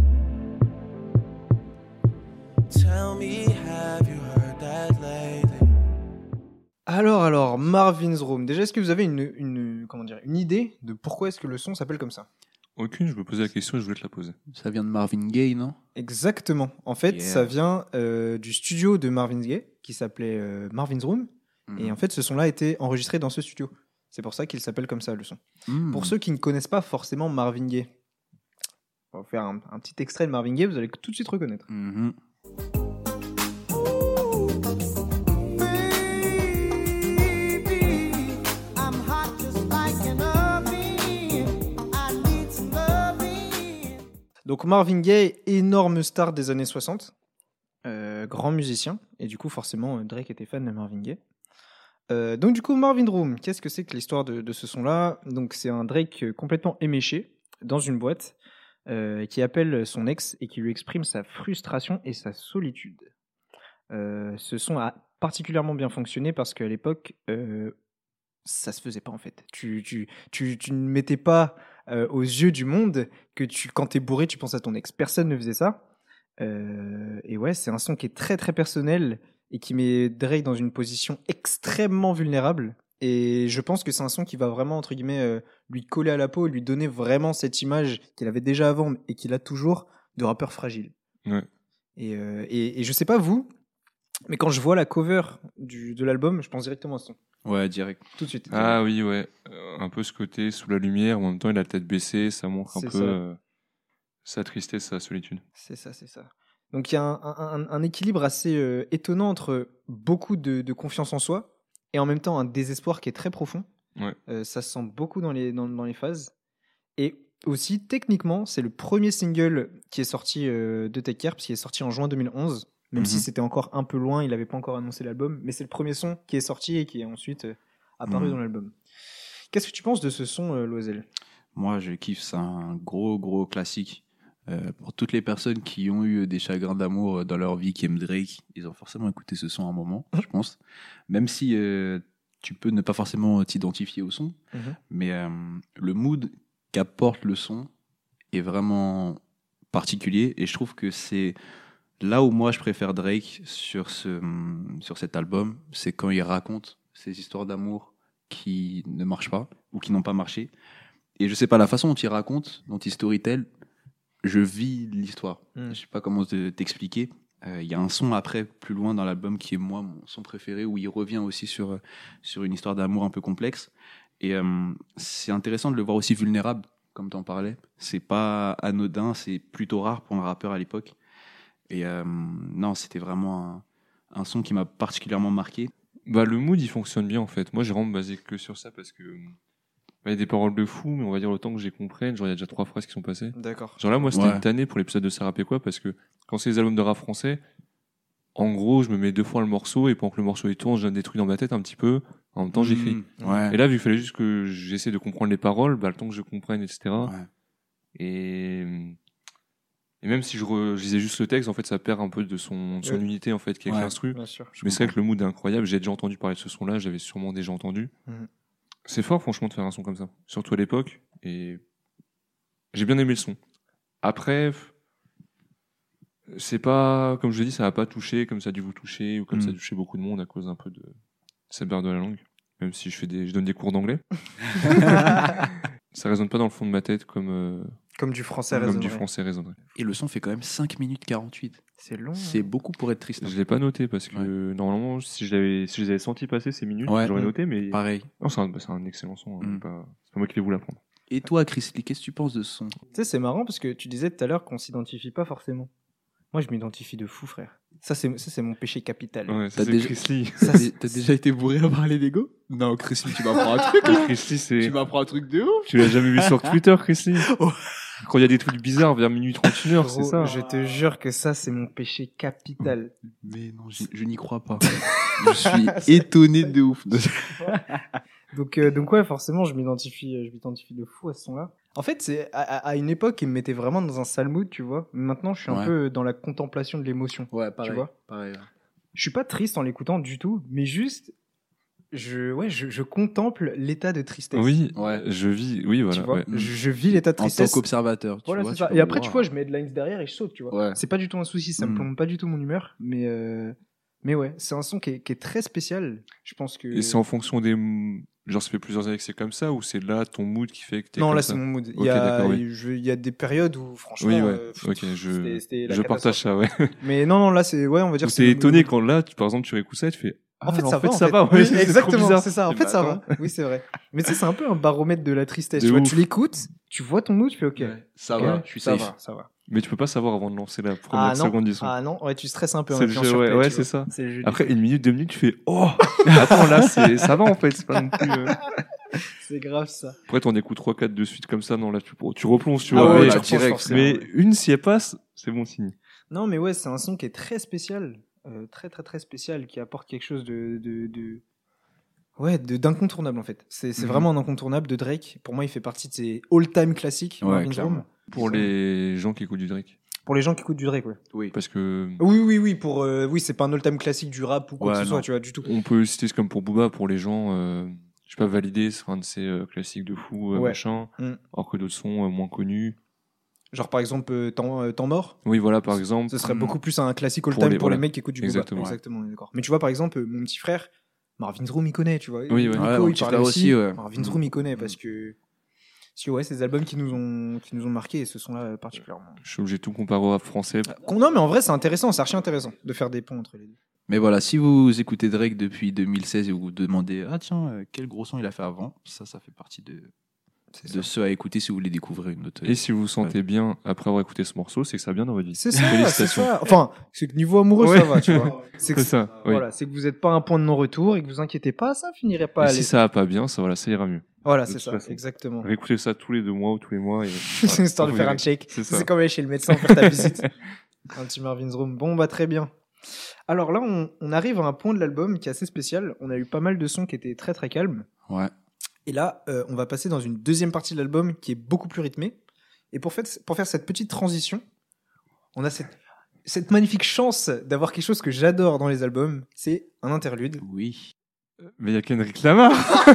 Tell me, have you heard that lately? Alors, alors, Marvin's Room. Déjà, est-ce que vous avez une, une, comment dire, une idée de pourquoi est-ce que le son s'appelle comme ça? Aucune, je me posais la question et je voulais te la poser. Ça vient de Marvin Gaye, non? Exactement. En fait, Yeah. ça vient euh, du studio de Marvin Gaye qui s'appelait euh, Marvin's Room. Et en fait, ce son-là a été enregistré dans ce studio. C'est pour ça qu'il s'appelle comme ça, le son. Mm. Pour ceux qui ne connaissent pas forcément Marvin Gaye, on va faire un, un petit extrait de Marvin Gaye, vous allez tout de suite reconnaître. Mhm. I'm hot just like an oven. I need some loving. Donc Marvin Gaye, énorme star des années soixante, euh, grand musicien, et du coup forcément euh, Drake était fan de Marvin Gaye. Euh, donc du coup Marvin Room, qu'est-ce que c'est que l'histoire de, de ce son-là? Donc c'est un Drake euh, complètement éméché dans une boîte euh, qui appelle son ex et qui lui exprime sa frustration et sa solitude. Euh, ce son a particulièrement bien fonctionné parce qu'à l'époque euh, ça se faisait pas en fait. Tu, tu, tu, tu ne mettais pas euh, aux yeux du monde que tu, quand t'es bourré, tu penses à ton ex. Personne ne faisait ça. Euh, et ouais, c'est un son qui est très très personnel et qui met Drake dans une position extrêmement vulnérable. Et je pense que c'est un son qui va vraiment, entre guillemets, euh, lui coller à la peau et lui donner vraiment cette image qu'il avait déjà avant et qu'il a toujours de rappeur fragile. Ouais. Et, euh, et, et je sais pas vous, mais quand je vois la cover du, de l'album, je pense directement à ce son. Ouais, direct. Tout de suite. Ah oui, ouais. Euh, un peu ce côté sous la lumière, en même temps il a la tête baissée, ça montre un C'est peu ça. euh, sa tristesse, sa solitude. C'est ça, c'est ça. Donc il y a un, un- un équilibre assez euh, étonnant entre beaucoup de, de confiance en soi et en même temps un désespoir qui est très profond. Ouais. Euh, ça se sent beaucoup dans les, dans, dans les phases. Et aussi, techniquement, c'est le premier single qui est sorti euh, de Take Care, parce qu'il est sorti en juin deux mille onze. Même Mhm. si c'était encore un peu loin, il n'avait pas encore annoncé l'album. Mais c'est le premier son qui est sorti et qui est ensuite euh, apparu Mhm. dans l'album. Qu'est-ce que tu penses de ce son, euh, Loisel? Moi, je kiffe, c'est un gros, gros classique. Euh, pour toutes les personnes qui ont eu des chagrins d'amour dans leur vie, qui aiment Drake, ils ont forcément écouté ce son à un moment, je pense. Même si euh, tu peux ne pas forcément t'identifier au son, Mhm. mais euh, le mood qu'apporte le son est vraiment particulier. Et je trouve que c'est là où moi je préfère Drake sur, ce, sur cet album, c'est quand il raconte ces histoires d'amour qui ne marchent pas ou qui n'ont pas marché. Et je sais pas, la façon dont il raconte, dont il storytell, je vis l'histoire. Mm. Je sais pas comment te- t'expliquer, Euh, Il y a un son après, plus loin dans l'album, qui est moi mon son préféré, où il revient aussi sur, euh, sur une histoire d'amour un peu complexe. Et euh, c'est intéressant de le voir aussi vulnérable, comme tu en parlais. C'est pas anodin, c'est plutôt rare pour un rappeur à l'époque. Et euh, non, c'était vraiment un, un son qui m'a particulièrement marqué. Bah, le mood, il fonctionne bien, en fait. Moi, j'ai vraiment basé que sur ça parce que. bah, il y a des paroles de fou, mais on va dire le temps que j'ai comprenne. Genre, il y a déjà trois phrases qui sont passées. D'accord. Genre là, moi, c'était Ouais. une tannée pour l'épisode de Ça rappait quoi, parce que quand c'est les albums de rap français, en gros, je me mets deux fois le morceau et pendant que le morceau il tourne, je donne des trucs dans ma tête un petit peu. En même temps, j'écris. Mmh, ouais. Et là, vu qu'il fallait juste que j'essaie de comprendre les paroles, bah, le temps que je comprenne, et cetera. Ouais. Et, et même si je, re- je lisais juste le texte, en fait, ça perd un peu de son, de son Ouais. unité, en fait, qui est Ouais. l'instru. Bien sûr. Mais c'est vrai que le mood est incroyable. J'ai déjà entendu parler de ce son-là, j'avais sûrement déjà entendu. Mhm. C'est fort, franchement, de faire un son comme ça. Surtout à l'époque. Et j'ai bien aimé le son. Après, c'est pas, comme je l'ai dit, ça va pas toucher comme ça a dû vous toucher ou comme Mm. ça a touché beaucoup de monde à cause un peu de cette barre de la langue. Même si je fais des, je donne des cours d'anglais. Ça résonne pas dans le fond de ma tête comme, euh, Comme du français comme résonnerait. du français résonnerait. Et le son fait quand même cinq minutes quarante-huit. C'est long. C'est beaucoup pour être triste. hein. Je l'ai pas noté parce que normalement, si je, l'avais- si je les avais sentis passer ces minutes, Ouais. j'aurais Mm. noté, mais Pareil. non, c'est un, bah, c'est un excellent son. hein, Mm. c'est pas, c'est pas moi qui vais vous l'apprendre. Et toi, Chris Lee, qu'est-ce que tu penses de ce son? Tu sais, c'est marrant parce que tu disais tout à l'heure qu'on s'identifie pas forcément. Moi, je m'identifie de fou, frère. Ça, c'est ça, c'est mon péché capital. Ouais, ça T'as c'est déjà- Chris Lee. T'as Ça, dé- c'est- t'as déjà été bourré à parler d'ego? Non, Chris Lee, tu m'apprends un truc. Chris Lee, c'est. Tu m'apprends un truc de ouf. Tu l'as jamais vu sur Twitter, Chris Lee Oh. Quand il y a des trucs bizarres vers minuit trente et une heure, c'est Gros, ça. Je te jure que ça, c'est mon péché capital. Mais non, j'y- je n'y crois pas. Je suis étonné de ouf. Donc, euh, donc ouais, forcément, je m'identifie, euh, je m'identifie de fou à ce son-là. En fait, c'est à, à- à une époque, il me mettait vraiment dans un sale mood, tu vois. Mais maintenant, je suis un Ouais. peu dans la contemplation de l'émotion. Ouais, Tu vois pareil. Je suis pas triste en l'écoutant du tout, mais juste, je, ouais, je, je contemple l'état de tristesse. Oui, Ouais. je vis. Oui, voilà. tu vois, ouais. Mm. je, je vis l'état de En tant tristesse. qu'observateur. tu Voilà, vois, c'est tu ça. peux Et après, tu voir. vois, je mets headlines derrière et je saute, tu vois. Ouais. C'est pas du tout un souci, ça me Mm. plombe pas du tout mon humeur, mais euh, mais ouais, c'est un son qui est, qui est très spécial. Je pense que. Et c'est en fonction des. Genre, ça fait plusieurs années que c'est comme ça ou c'est là ton mood qui fait que t'es Non, comme là, ça c'est mon mood. Il Ok, y, a, d'accord, oui. je- il y a des périodes où, franchement, Oui, ouais. euh, pff, Ok, je, c'était- c'était la je catastrophe. partage ça, ouais. Mais non, non, là, c'est, ouais, on va dire. Ou que t'es le- étonné le- quand là, tu, par exemple, tu réécoutes ça et tu fais. En fait, ah, ça en va. fait, en ça fait. va, ouais, Oui, c'est trop exactement, bizarre. c'est ça. En Mais fait, bah, ça attends. va. Oui, c'est vrai. Mais tu sais, c'est un peu un baromètre de la tristesse. De Tu vois, ouf. tu l'écoutes, tu vois ton mood, tu fais OK. Ça Ok, va, je suis ça safe. va, ça va. Mais tu peux pas savoir avant de lancer la première Ah non, seconde du son. ah non, ouais, tu stresses un peu en C'est le appuyant jeu, sur ouais, play, ouais, tu c'est vois. ça. C'est le jeu du Après, jeu. une minute, deux minutes, tu fais oh attends, là, c'est, ça va en fait, c'est pas non plus. euh. C'est grave ça. Après, t'en écoutes trois quatre de suite comme ça, non, là, tu, tu replonges, tu Ah vois. ouais, mais, tu là, repenses direct. forcément, mais ouais. une, si elle passe, c'est bon signe. Non, mais ouais, c'est un son qui est très spécial, euh, très très très spécial, qui apporte quelque chose de, de, de... ouais, de d'incontournable en fait. C'est c'est Mhm. vraiment un incontournable de Drake. Pour moi, il fait partie de ses all-time classiques. Ouais, Marvin's clairement. Room. Pour les gens qui écoutent du Drake. Pour les gens qui écoutent du Drake, ouais. Oui. Parce que Oui, oui, oui. Pour euh, oui, c'est pas un all-time classique du rap ou quoi Ouais, que ce non. soit, tu vois, du tout. on peut le citer comme pour Booba, pour les gens, euh, je sais pas, validé, c'est un de ces euh, classiques de fou, euh, Ouais. machin. Mm. Alors que d'autres sont euh, moins connus. Genre par exemple, euh, temps, euh, Temps mort. Oui, voilà, par exemple. Ce serait Mm. beaucoup plus un classique Pour all-time les- pour les voilà. mecs qui écoutent du Booba. Exactement. Exactement, on est d'accord. Mais tu vois, par exemple, euh, mon petit frère, Marvin's Room, il connaît, tu vois. Oui, ouais. Nico, Ouais, mon il petit parlait frère aussi. aussi, ouais. Marvin's Room, il connaît parce que. Parce que ouais, c'est des albums qui nous ont, qui nous ont marqués et ce sont là particulièrement. Je suis obligé de tout comparer au rap français. Con- Non, mais en vrai, c'est intéressant, c'est archi intéressant de faire des ponts entre les deux. Mais voilà, si vous écoutez Drake depuis deux mille seize et vous vous demandez ah tiens euh, quel gros son il a fait avant, ça ça fait partie de de ceux à écouter si vous voulez découvrir une autre. Et si vous vous sentez bien après avoir écouté ce morceau, c'est que ça va bien dans votre vie. C'est ça, c'est Félicitations. ça. Enfin, c'est que niveau amoureux, Ouais. ça va, tu vois. C'est que C'est ça, oui. Voilà, c'est que vous n'êtes pas à un point de non-retour et que vous inquiétez pas, ça finirait pas à Et aller. si ça va pas bien, ça, voilà, ça ira mieux. Voilà, de c'est toute ça, façon. exactement. Réécoutez ça tous les deux mois ou tous les mois. Et... C'est une histoire de faire un check. C'est ça. C'est comme aller chez le médecin faire ta visite. Un petit Marvin's Room. Bon, bah très bien. Alors là, on, on arrive à un point de l'album qui est assez spécial. On a eu pas mal de sons qui étaient très très calmes. Ouais. Et là, euh, on va passer dans une deuxième partie de l'album qui est beaucoup plus rythmée. Et pour, fait, pour faire cette petite transition, on a cette, cette magnifique chance d'avoir quelque chose que j'adore dans les albums. C'est un interlude. Oui. Mais il y a Kendrick Lamar.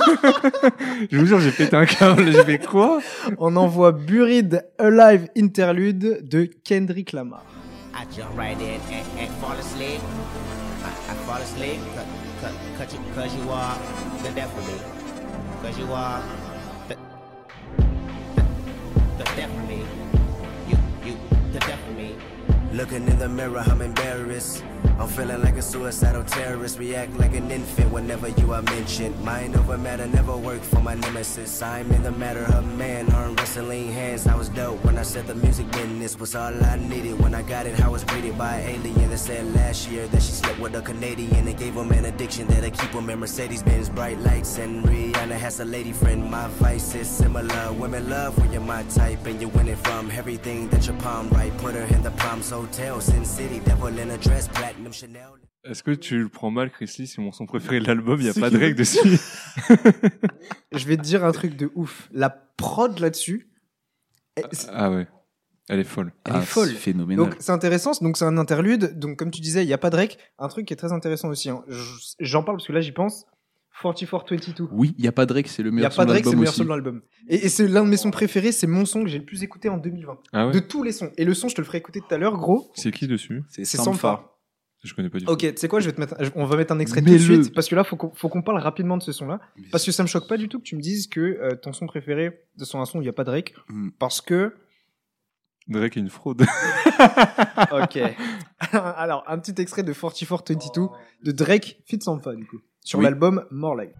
Je vous jure, j'ai pété un câble. J'ai fait quoi? On envoie Buried Alive Interlude de Kendrick Lamar. I jump right in and, and fall asleep. I, I fall asleep cause, cause, cause, you, cause you are the death of me. Cause you are the, the, the death of me. You, you, the death of me. Looking in the mirror, I'm embarrassed. I'm feeling like a suicidal terrorist. React like an infant whenever you are mentioned. Mind over matter never worked for my nemesis. I'm in the matter of man, arm wrestling hands. I was dope when I said the music business was all I needed. When I got it, I was greeted by an alien that said last year that she slept with a Canadian and gave him an addiction that'll keep him in Mercedes-Benz bright lights. And Rihanna has a lady friend. My vice is similar. Women love when you're my type and you're winning from everything that your palm right. Put her in the Palms Hotel, Sin City, devil in a dress, platinum Chanel. Est-ce que tu le prends mal, Chris Lee, c'est mon son préféré de l'album, il n'y a C'est pas qui- Drake dessus. Je vais te dire un truc de ouf. La prod là-dessus, elle- c'est- Ah ouais, elle est folle. elle est Ah, folle. c'est phénoménal. Donc c'est intéressant, donc c'est un interlude. Donc comme tu disais, il n'y a pas Drake. Un truc qui est très intéressant aussi. hein. Je- J'en parle parce que là j'y pense. quarante-quatre vingt-deux. Oui, il n'y a pas Drake, c'est le Il n'y a meilleur pas son de Drake, c'est le l'album meilleur aussi. son de l'album. Et, et c'est l'un de mes sons préférés, c'est mon son que j'ai le plus écouté en deux mille vingt. Ah ouais De tous les sons. Et le son, je te le ferai écouter tout à l'heure, gros. C'est qui dessus C'est C'est Sampha. Sampha. Je connais pas du tout. Ok, tu sais quoi, je vais te mettre, je- on va mettre un extrait tout de Mets-le. suite, parce que là, faut qu'on, faut qu'on parle rapidement de ce son-là. Parce que ça me choque pas du tout que tu me dises que euh, ton son préféré de son un son, il n'y a pas Drake. Mm. Parce que. Drake est une fraude. Ok. Alors, un petit extrait de quarante-quatre vingt-deux de Drake feat Sampha, du coup. Sur Oui. l'album More Life.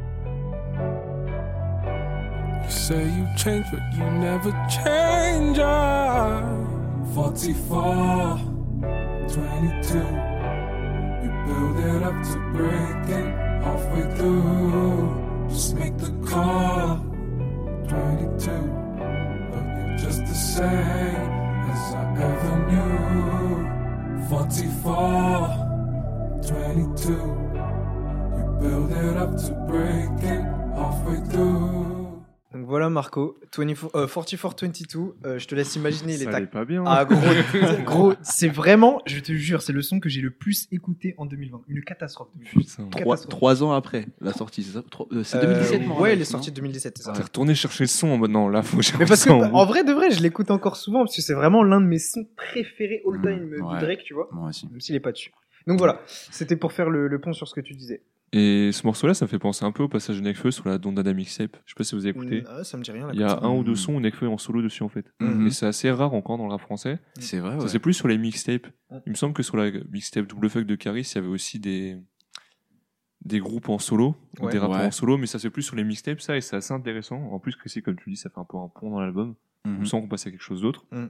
You say you change, but you never change. Ah. forty-four, twenty-two. You build it up to break it halfway through. Just make the call. twenty-two. But you're just the same as I ever knew. forty-four, twenty-two. You build it up to break it halfway through. Donc voilà, Marco. vingt-quatre euh, quarante-quatre vingt-deux. Euh, je te laisse imaginer les Ça tacs. allait pas bien. Ah, gros, gros, c'est vraiment, je te jure, c'est le son que j'ai le plus écouté en deux mille vingt. Une catastrophe. Putain. Trois, Catastrophe. trois ans après la sortie, c'est ça Trois- euh, C'est Euh, deux mille dix-sept, mon Ouais, rêve, il est non sorti en deux mille dix-sept, c'est ça. T'es retourné chercher le son en mode non, là faut que Mais parce que, ça en en vrai de vrai, je l'écoute encore souvent parce que c'est vraiment l'un de mes sons préférés all time Mmh, de ouais. Drake, tu vois. Moi aussi. Même s'il est pas dessus. Donc voilà, c'était pour faire le, le pont sur ce que tu disais. Et ce morceau-là, ça me fait penser un peu au passage de Nekfeu sur la Dondada Mixtape. Je sais pas si vous avez écouté. Mm, ah, ça me dit rien là. Il y a comme ça. un ou deux Mm. sons où Nekfeu est en solo dessus en fait. Mhm. Et c'est assez rare encore dans le rap français. C'est vrai, Ça ouais. c'est plus sur les mixtapes. Mm. Il me semble que sur la mixtape Double Fuck de Caris, il y avait aussi des des groupes en solo, ou Ouais. des rappeurs Ouais. en solo, mais ça c'est plus sur les mixtapes ça et c'est assez intéressant. En plus, Chrissy, comme tu dis, ça fait un peu un pont dans l'album. Mhm. On sent qu'on passe à quelque chose d'autre. Mm.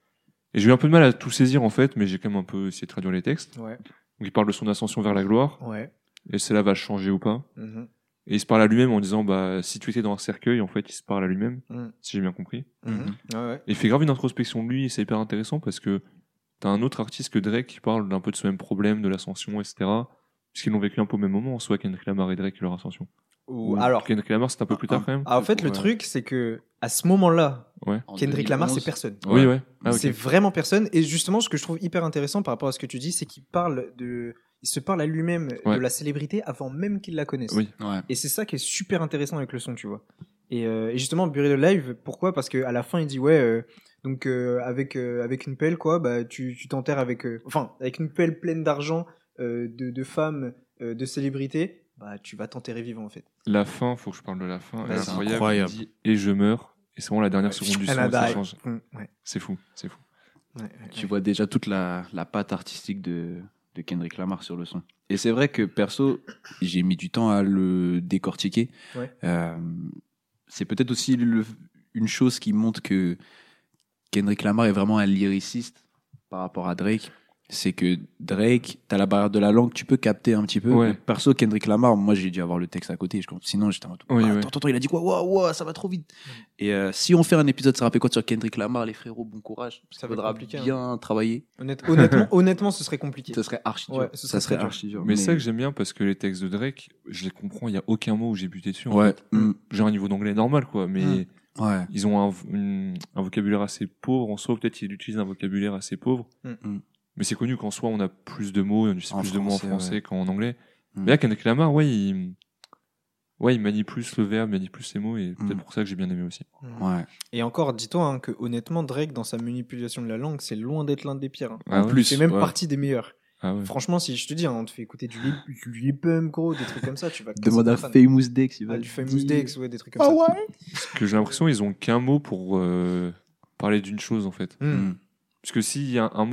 Et j'ai eu un peu de mal à tout saisir en fait, mais j'ai quand même un peu essayé de traduire les textes. Ouais, Donc il parle de son ascension vers la gloire, ouais. et cela va changer ou pas. Mhm, Et il se parle à lui-même en disant bah si tu étais dans un cercueil, en fait, il se parle à lui-même, Mm. si j'ai bien compris. mhm. Mhm. Ouais, ouais. Et il fait grave une introspection de lui, et c'est hyper intéressant parce que t'as un autre artiste que Drake qui parle d'un peu de ce même problème, de l'ascension, et cetera. Puisqu'ils l'ont vécu un peu au même moment, soit Kendrick Lamar et Drake et leur ascension. Ou, Ou alors, Kendrick Lamar, c'est un peu plus tard quand même. ah, en fait, le Ouais. truc, c'est que à ce moment-là, Ouais. En Kendrick deux mille Lamar, onze. c'est personne. Oui, ouais. Ah, ok. C'est vraiment personne. Et justement, ce que je trouve hyper intéressant par rapport à ce que tu dis, c'est qu'il parle de, il se parle à lui-même Ouais. de la célébrité avant même qu'il la connaisse. Oui. Ouais. Et c'est ça qui est super intéressant avec le son, tu vois. Et, euh, et justement, Buried Alive, pourquoi? Parce qu'à la fin, il dit ouais, euh, donc euh, avec euh, avec une pelle, quoi, bah tu tu t'enterres avec, euh, enfin avec une pelle pleine d'argent, euh, de de femmes, euh, de célébrités, bah tu vas t'enterrer vivant en fait. La fin, faut que je parle de la fin. Elle est Vas-y. incroyable. Incroyable. Il dit, et je meurs. Et c'est vraiment la dernière seconde du son, And I ça die. change. Mm, ouais, C'est fou, c'est fou. ouais, ouais, Tu ouais. vois déjà toute la, la patte artistique de, de Kendrick Lamar sur le son. Et c'est vrai que perso, j'ai mis du temps à le décortiquer. Ouais. Euh, c'est peut-être aussi le- une chose qui montre que Kendrick Lamar est vraiment un lyriciste par rapport à Drake. C'est que Drake, t'as la barrière de la langue, tu peux capter un petit peu. Ouais. Perso, Kendrick Lamar, moi j'ai dû avoir le texte à côté. Je, sinon, j'étais en mode, Oui, ah, ouais. attends, attends, il a dit quoi? Waouh, waouh, ça va trop vite. Et euh, si on fait un épisode, ça rappelle quoi sur Kendrick Lamar, les frérots, bon courage. Ça Ça va être faudra compliqué, hein. bien travailler. Honnête- honnêtement, honnêtement, ce serait compliqué. Ça serait archi dur. Ouais, ce ça serait serait très dur. archi dur. Mais, c'est ça que j'aime bien parce que les textes de Drake, je les comprends, il y a aucun mot où j'ai buté dessus. en Ouais. fait. Mm. J'ai un niveau d'anglais normal, quoi, mais Mm. Ouais. ils ont un, une- un vocabulaire assez pauvre. En soi, peut-être qu'ils utilisent un vocabulaire assez pauvre. Mm. Mm. Mais c'est connu qu'en soi, on a plus de mots, et on utilise En plus de mots en français, français ouais. qu'en anglais. Mm. Mais là, Kendrick Lamar, ouais, il, ouais, il manie plus le verbe, il manie plus ses mots, et peut-être Mm. pour ça que j'ai bien aimé aussi. Ouais. Et encore, dis-toi hein, que honnêtement, Drake, dans sa manipulation de la langue, c'est loin d'être l'un des pires. hein. Ah En ouais plus, C'est même ouais. partie des meilleurs. Ah ouais. Franchement, si je te dis, hein, on te fait écouter du Lil, du Lil Pump, gros, des trucs comme ça, tu vas. Demande à casser ton fan. Famous Dex, il va Ah, le du Famous dire. Dex, ouais, des trucs comme ça. Parce que j'ai l'impression qu'ils ont qu'un mot pour euh, parler d'une chose, en fait. Mm. Mm. Parce que s'il y a un mot,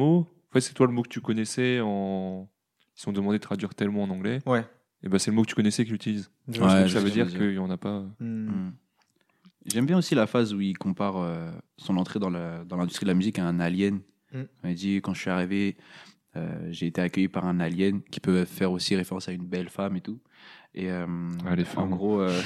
En fait, c'est toi le mot que tu connaissais en. Si on demandait de traduire tel mot en anglais, Ouais. et ben c'est le mot que tu connaissais qu'il utilise. Je Ouais, vois ce que Donc tu je ça veux veut sais dire. dire ce que qu'il y en a pas. Hmm. Mm. J'aime bien aussi la phase où il compare euh, son entrée dans, la, dans l'industrie de la musique à un alien. Mm. Il dit quand je suis arrivé, euh, j'ai été accueilli par un alien qui peut faire aussi référence à une belle femme et tout. Et euh, Ah, les en femmes. gros, euh,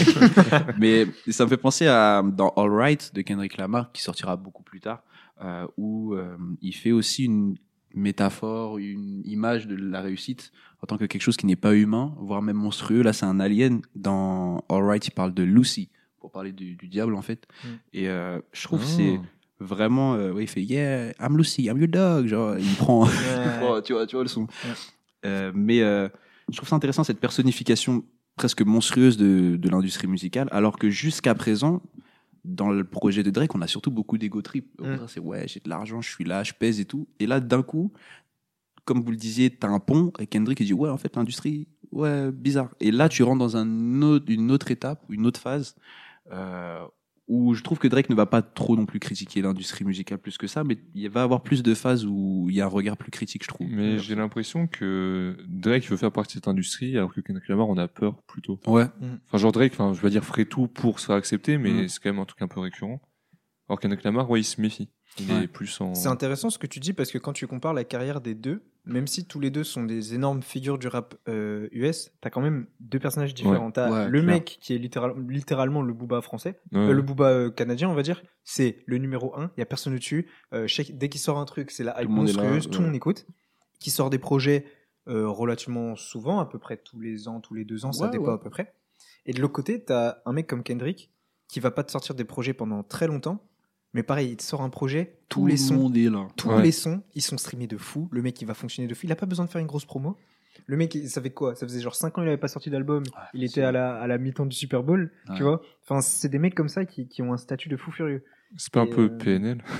mais ça me fait penser à dans All Right de Kendrick Lamar qui sortira beaucoup plus tard, euh, où euh, il fait aussi une métaphore, une image de la réussite en tant que quelque chose qui n'est pas humain, voire même monstrueux. Là, c'est un alien. Dans All Right, il parle de Lucy pour parler du, du diable en fait. Mm. Et euh, je trouve que Oh. c'est vraiment, euh, ouais, il fait yeah, I'm Lucy, I'm your dog, genre il prend, il Ouais. prend, tu vois, tu vois le son. Euh, mais euh, je trouve ça intéressant cette personnification presque monstrueuse de, de l'industrie musicale, alors que jusqu'à présent, dans le projet de Drake, on a surtout beaucoup d'ego trip. Au Mm. contraire, c'est ouais, j'ai de l'argent, je suis là, je pèse et tout. Et là, d'un coup, comme vous le disiez, t'as un pont et Kendrick il dit ouais, en fait, l'industrie, ouais, bizarre. Et là, tu rentres dans un autre, une autre étape, une autre phase. Euh, où je trouve que Drake ne va pas trop non plus critiquer l'industrie musicale plus que ça, mais il va avoir plus de phases où il y a un regard plus critique, je trouve. Mais j'ai l'impression que Drake veut faire partie de cette industrie, alors que Kendrick Lamar on a peur plutôt. Ouais. Enfin, genre Drake, enfin, je vais dire ferait tout pour se faire accepter, mais Mm. c'est quand même un truc un peu récurrent. Alors Kendrick Lamar, ouais, il se méfie. Il Ouais. est plus en. C'est intéressant ce que tu dis parce que quand tu compares la carrière des deux, même si tous les deux sont des énormes figures du rap euh, U S, t'as quand même deux personnages différents. Ouais. T'as Ouais, le clair. mec qui est littéral- littéralement le Booba français, Ouais. euh, le Booba euh, canadien, on va dire. C'est le numéro un, il y a personne au-dessus. Euh, chaque- dès qu'il sort un truc, c'est la hype le monde est là, monstrueuse, tout le ouais. monde écoute. Qui sort des projets euh, relativement souvent, à peu près tous les ans, tous les deux ans, ça Ouais, dépend ouais. à peu près. Et de l'autre côté, t'as un mec comme Kendrick qui va pas te sortir des projets pendant très longtemps. Mais pareil, il te sort un projet, tous Tout les le sons, monde est là. tous Ouais. les sons, ils sont streamés de fou. Le mec, il va fonctionner de fou. Il a pas besoin de faire une grosse promo. Le mec, il- ça fait quoi? Ça faisait genre cinq ans, il avait pas sorti d'album. Il était c'est- à la, à la mi-temps du Super Bowl. Ouais. Tu vois? Enfin, c'est des mecs comme ça qui, qui ont un statut de fou furieux. C'est pas un Et, peu euh, P N L?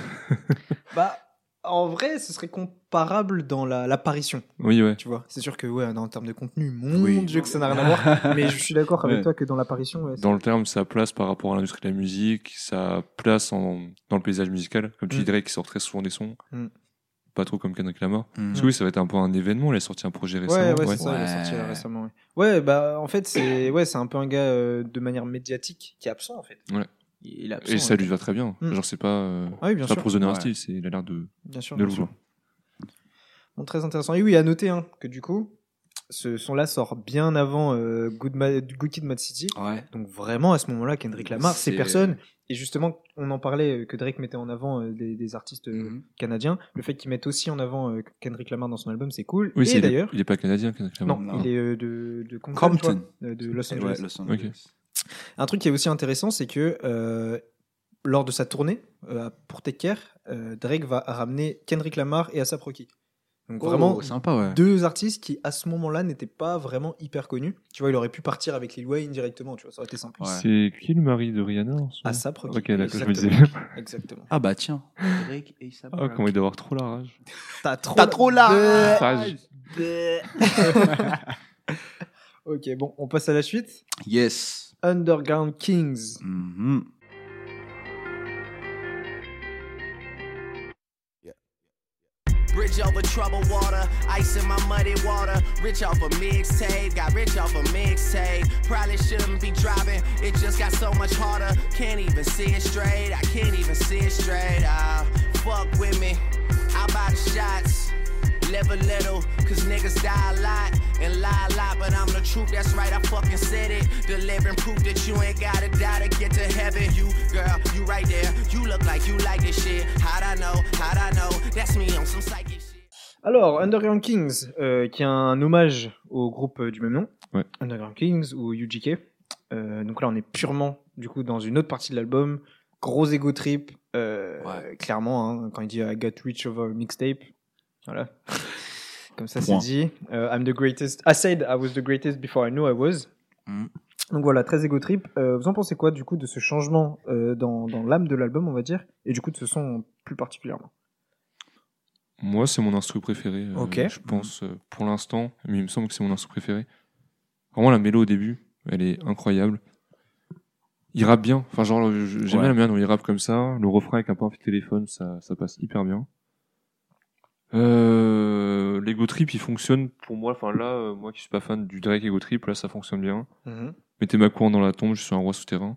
Bah, en vrai, ce serait comparable dans la- l'apparition. Oui, ouais. Tu vois? C'est sûr que, ouais, en termes de contenu, mon Oui. dieu, que ça n'a rien à voir. Mais je suis d'accord avec Ouais. toi que dans l'apparition, ouais, Dans le terme, sa place par rapport à l'industrie de la musique, sa place en, dans le paysage musical. Comme tu Mm. dis, Drake qui sort très souvent des sons. Mm. Pas trop comme Kendrick Lamar. Mm. Parce que oui, ça va être un peu un événement. Il a sorti un projet récemment. Ouais, ouais, ouais. c'est ça, il a Ouais. sorti là récemment. Ouais. Ouais, bah, en fait, c'est ouais, c'est un peu un gars euh, de manière médiatique qui est absent, en fait. Ouais. Il est absent. Et ça ouais. lui va très bien. Mm. Genre, c'est pas, euh, Ah oui, bien c'est pas sûr. pour se donner un Ouais. style, c'est, il a l'air de, Bien sûr. de le bien sûr. vouloir. Bon, très intéressant. Et oui, à noter hein, que du coup, ce son-là sort bien avant euh, Good, Ma- Good Kid, Mad City. Ouais. Donc vraiment, à ce moment-là, Kendrick Lamar, c'est C'est- personne. Et justement, on en parlait euh, que Drake mettait en avant euh, des, des artistes euh, Mhm. canadiens. Le fait qu'il mette aussi en avant euh, Kendrick Lamar dans son album, c'est cool. Oui, Et c'est, il, est, d'ailleurs, il est pas canadien, Kendrick Lamar. non, Non. il est euh, de, de Compton, Compton. tu vois, euh, de Los Angeles. Ouais, Los Angeles. Un truc qui est aussi intéressant, c'est que euh, lors de sa tournée euh, pour Take Care, euh, Drake va ramener Kendrick Lamar et A$ap Rocky. Donc Oh, vraiment sympa, ouais. deux artistes qui à ce moment-là n'étaient pas vraiment hyper connus. Tu vois, il aurait pu partir avec Lil Wayne directement, tu vois, ça aurait été simple. Ouais. C'est qui le mari de Rihanna en ce moment A$ap Rocky. Ok, d'accord, je me Exactement. disais. Exactement. Ah bah tiens. Drake et A$ap Ah, comment il doit avoir trop la rage. T'as trop, T'as trop la Rage. Ok, bon, on passe à la suite. Yes. Underground Kings. Mhm. Bridge over troubled water, ice in my muddy water. Rich off a mixtape, got rich off a mixtape. Probably shouldn't be driving, it just got so much harder. Can't even see it straight, I can't even see it straight. Ah, fuck with me, I buy the shots. Live a little, cause niggas die a lot and lie a lot, but I'm the truth, that's right, I fucking said it. Delivering proof that you ain't gotta die to get to heaven. You, girl, you right there, you look like you like this shit. How'd I know, how'd I know, that's me on some psychic shit. Alors, Underground Kings, euh, qui est un hommage au groupe euh, du même nom, Ouais. Underground Kings ou U G K. Euh, donc là, on est purement du coup dans une autre partie de l'album, gros ego trip, euh, Ouais. clairement. Hein, quand il dit I got rich over a mixtape, voilà, comme ça Point. c'est dit. Euh, I'm the greatest. I said I was the greatest before I knew I was. Mhm. Donc voilà, très ego trip. Euh, vous en pensez quoi du coup de ce changement euh, dans, dans l'âme de l'album, on va dire, et du coup de ce son plus particulièrement? Moi, c'est mon instru préféré. euh, Ok. Je pense, euh, pour l'instant, mais il me semble que c'est mon instru préféré. Vraiment, la mélo au début, elle est incroyable. Il rappe bien. Enfin, genre, je- j'aime Ouais. bien la manière dont il rappe comme ça. Le refrain avec un peu un petit téléphone, ça, ça passe hyper bien. Euh, L'Ego Trip, il fonctionne pour moi. Enfin là, euh, moi qui suis pas fan du Drake Ego Trip, là ça fonctionne bien. Mhm. Mettez ma couronne dans la tombe, je suis un roi souterrain.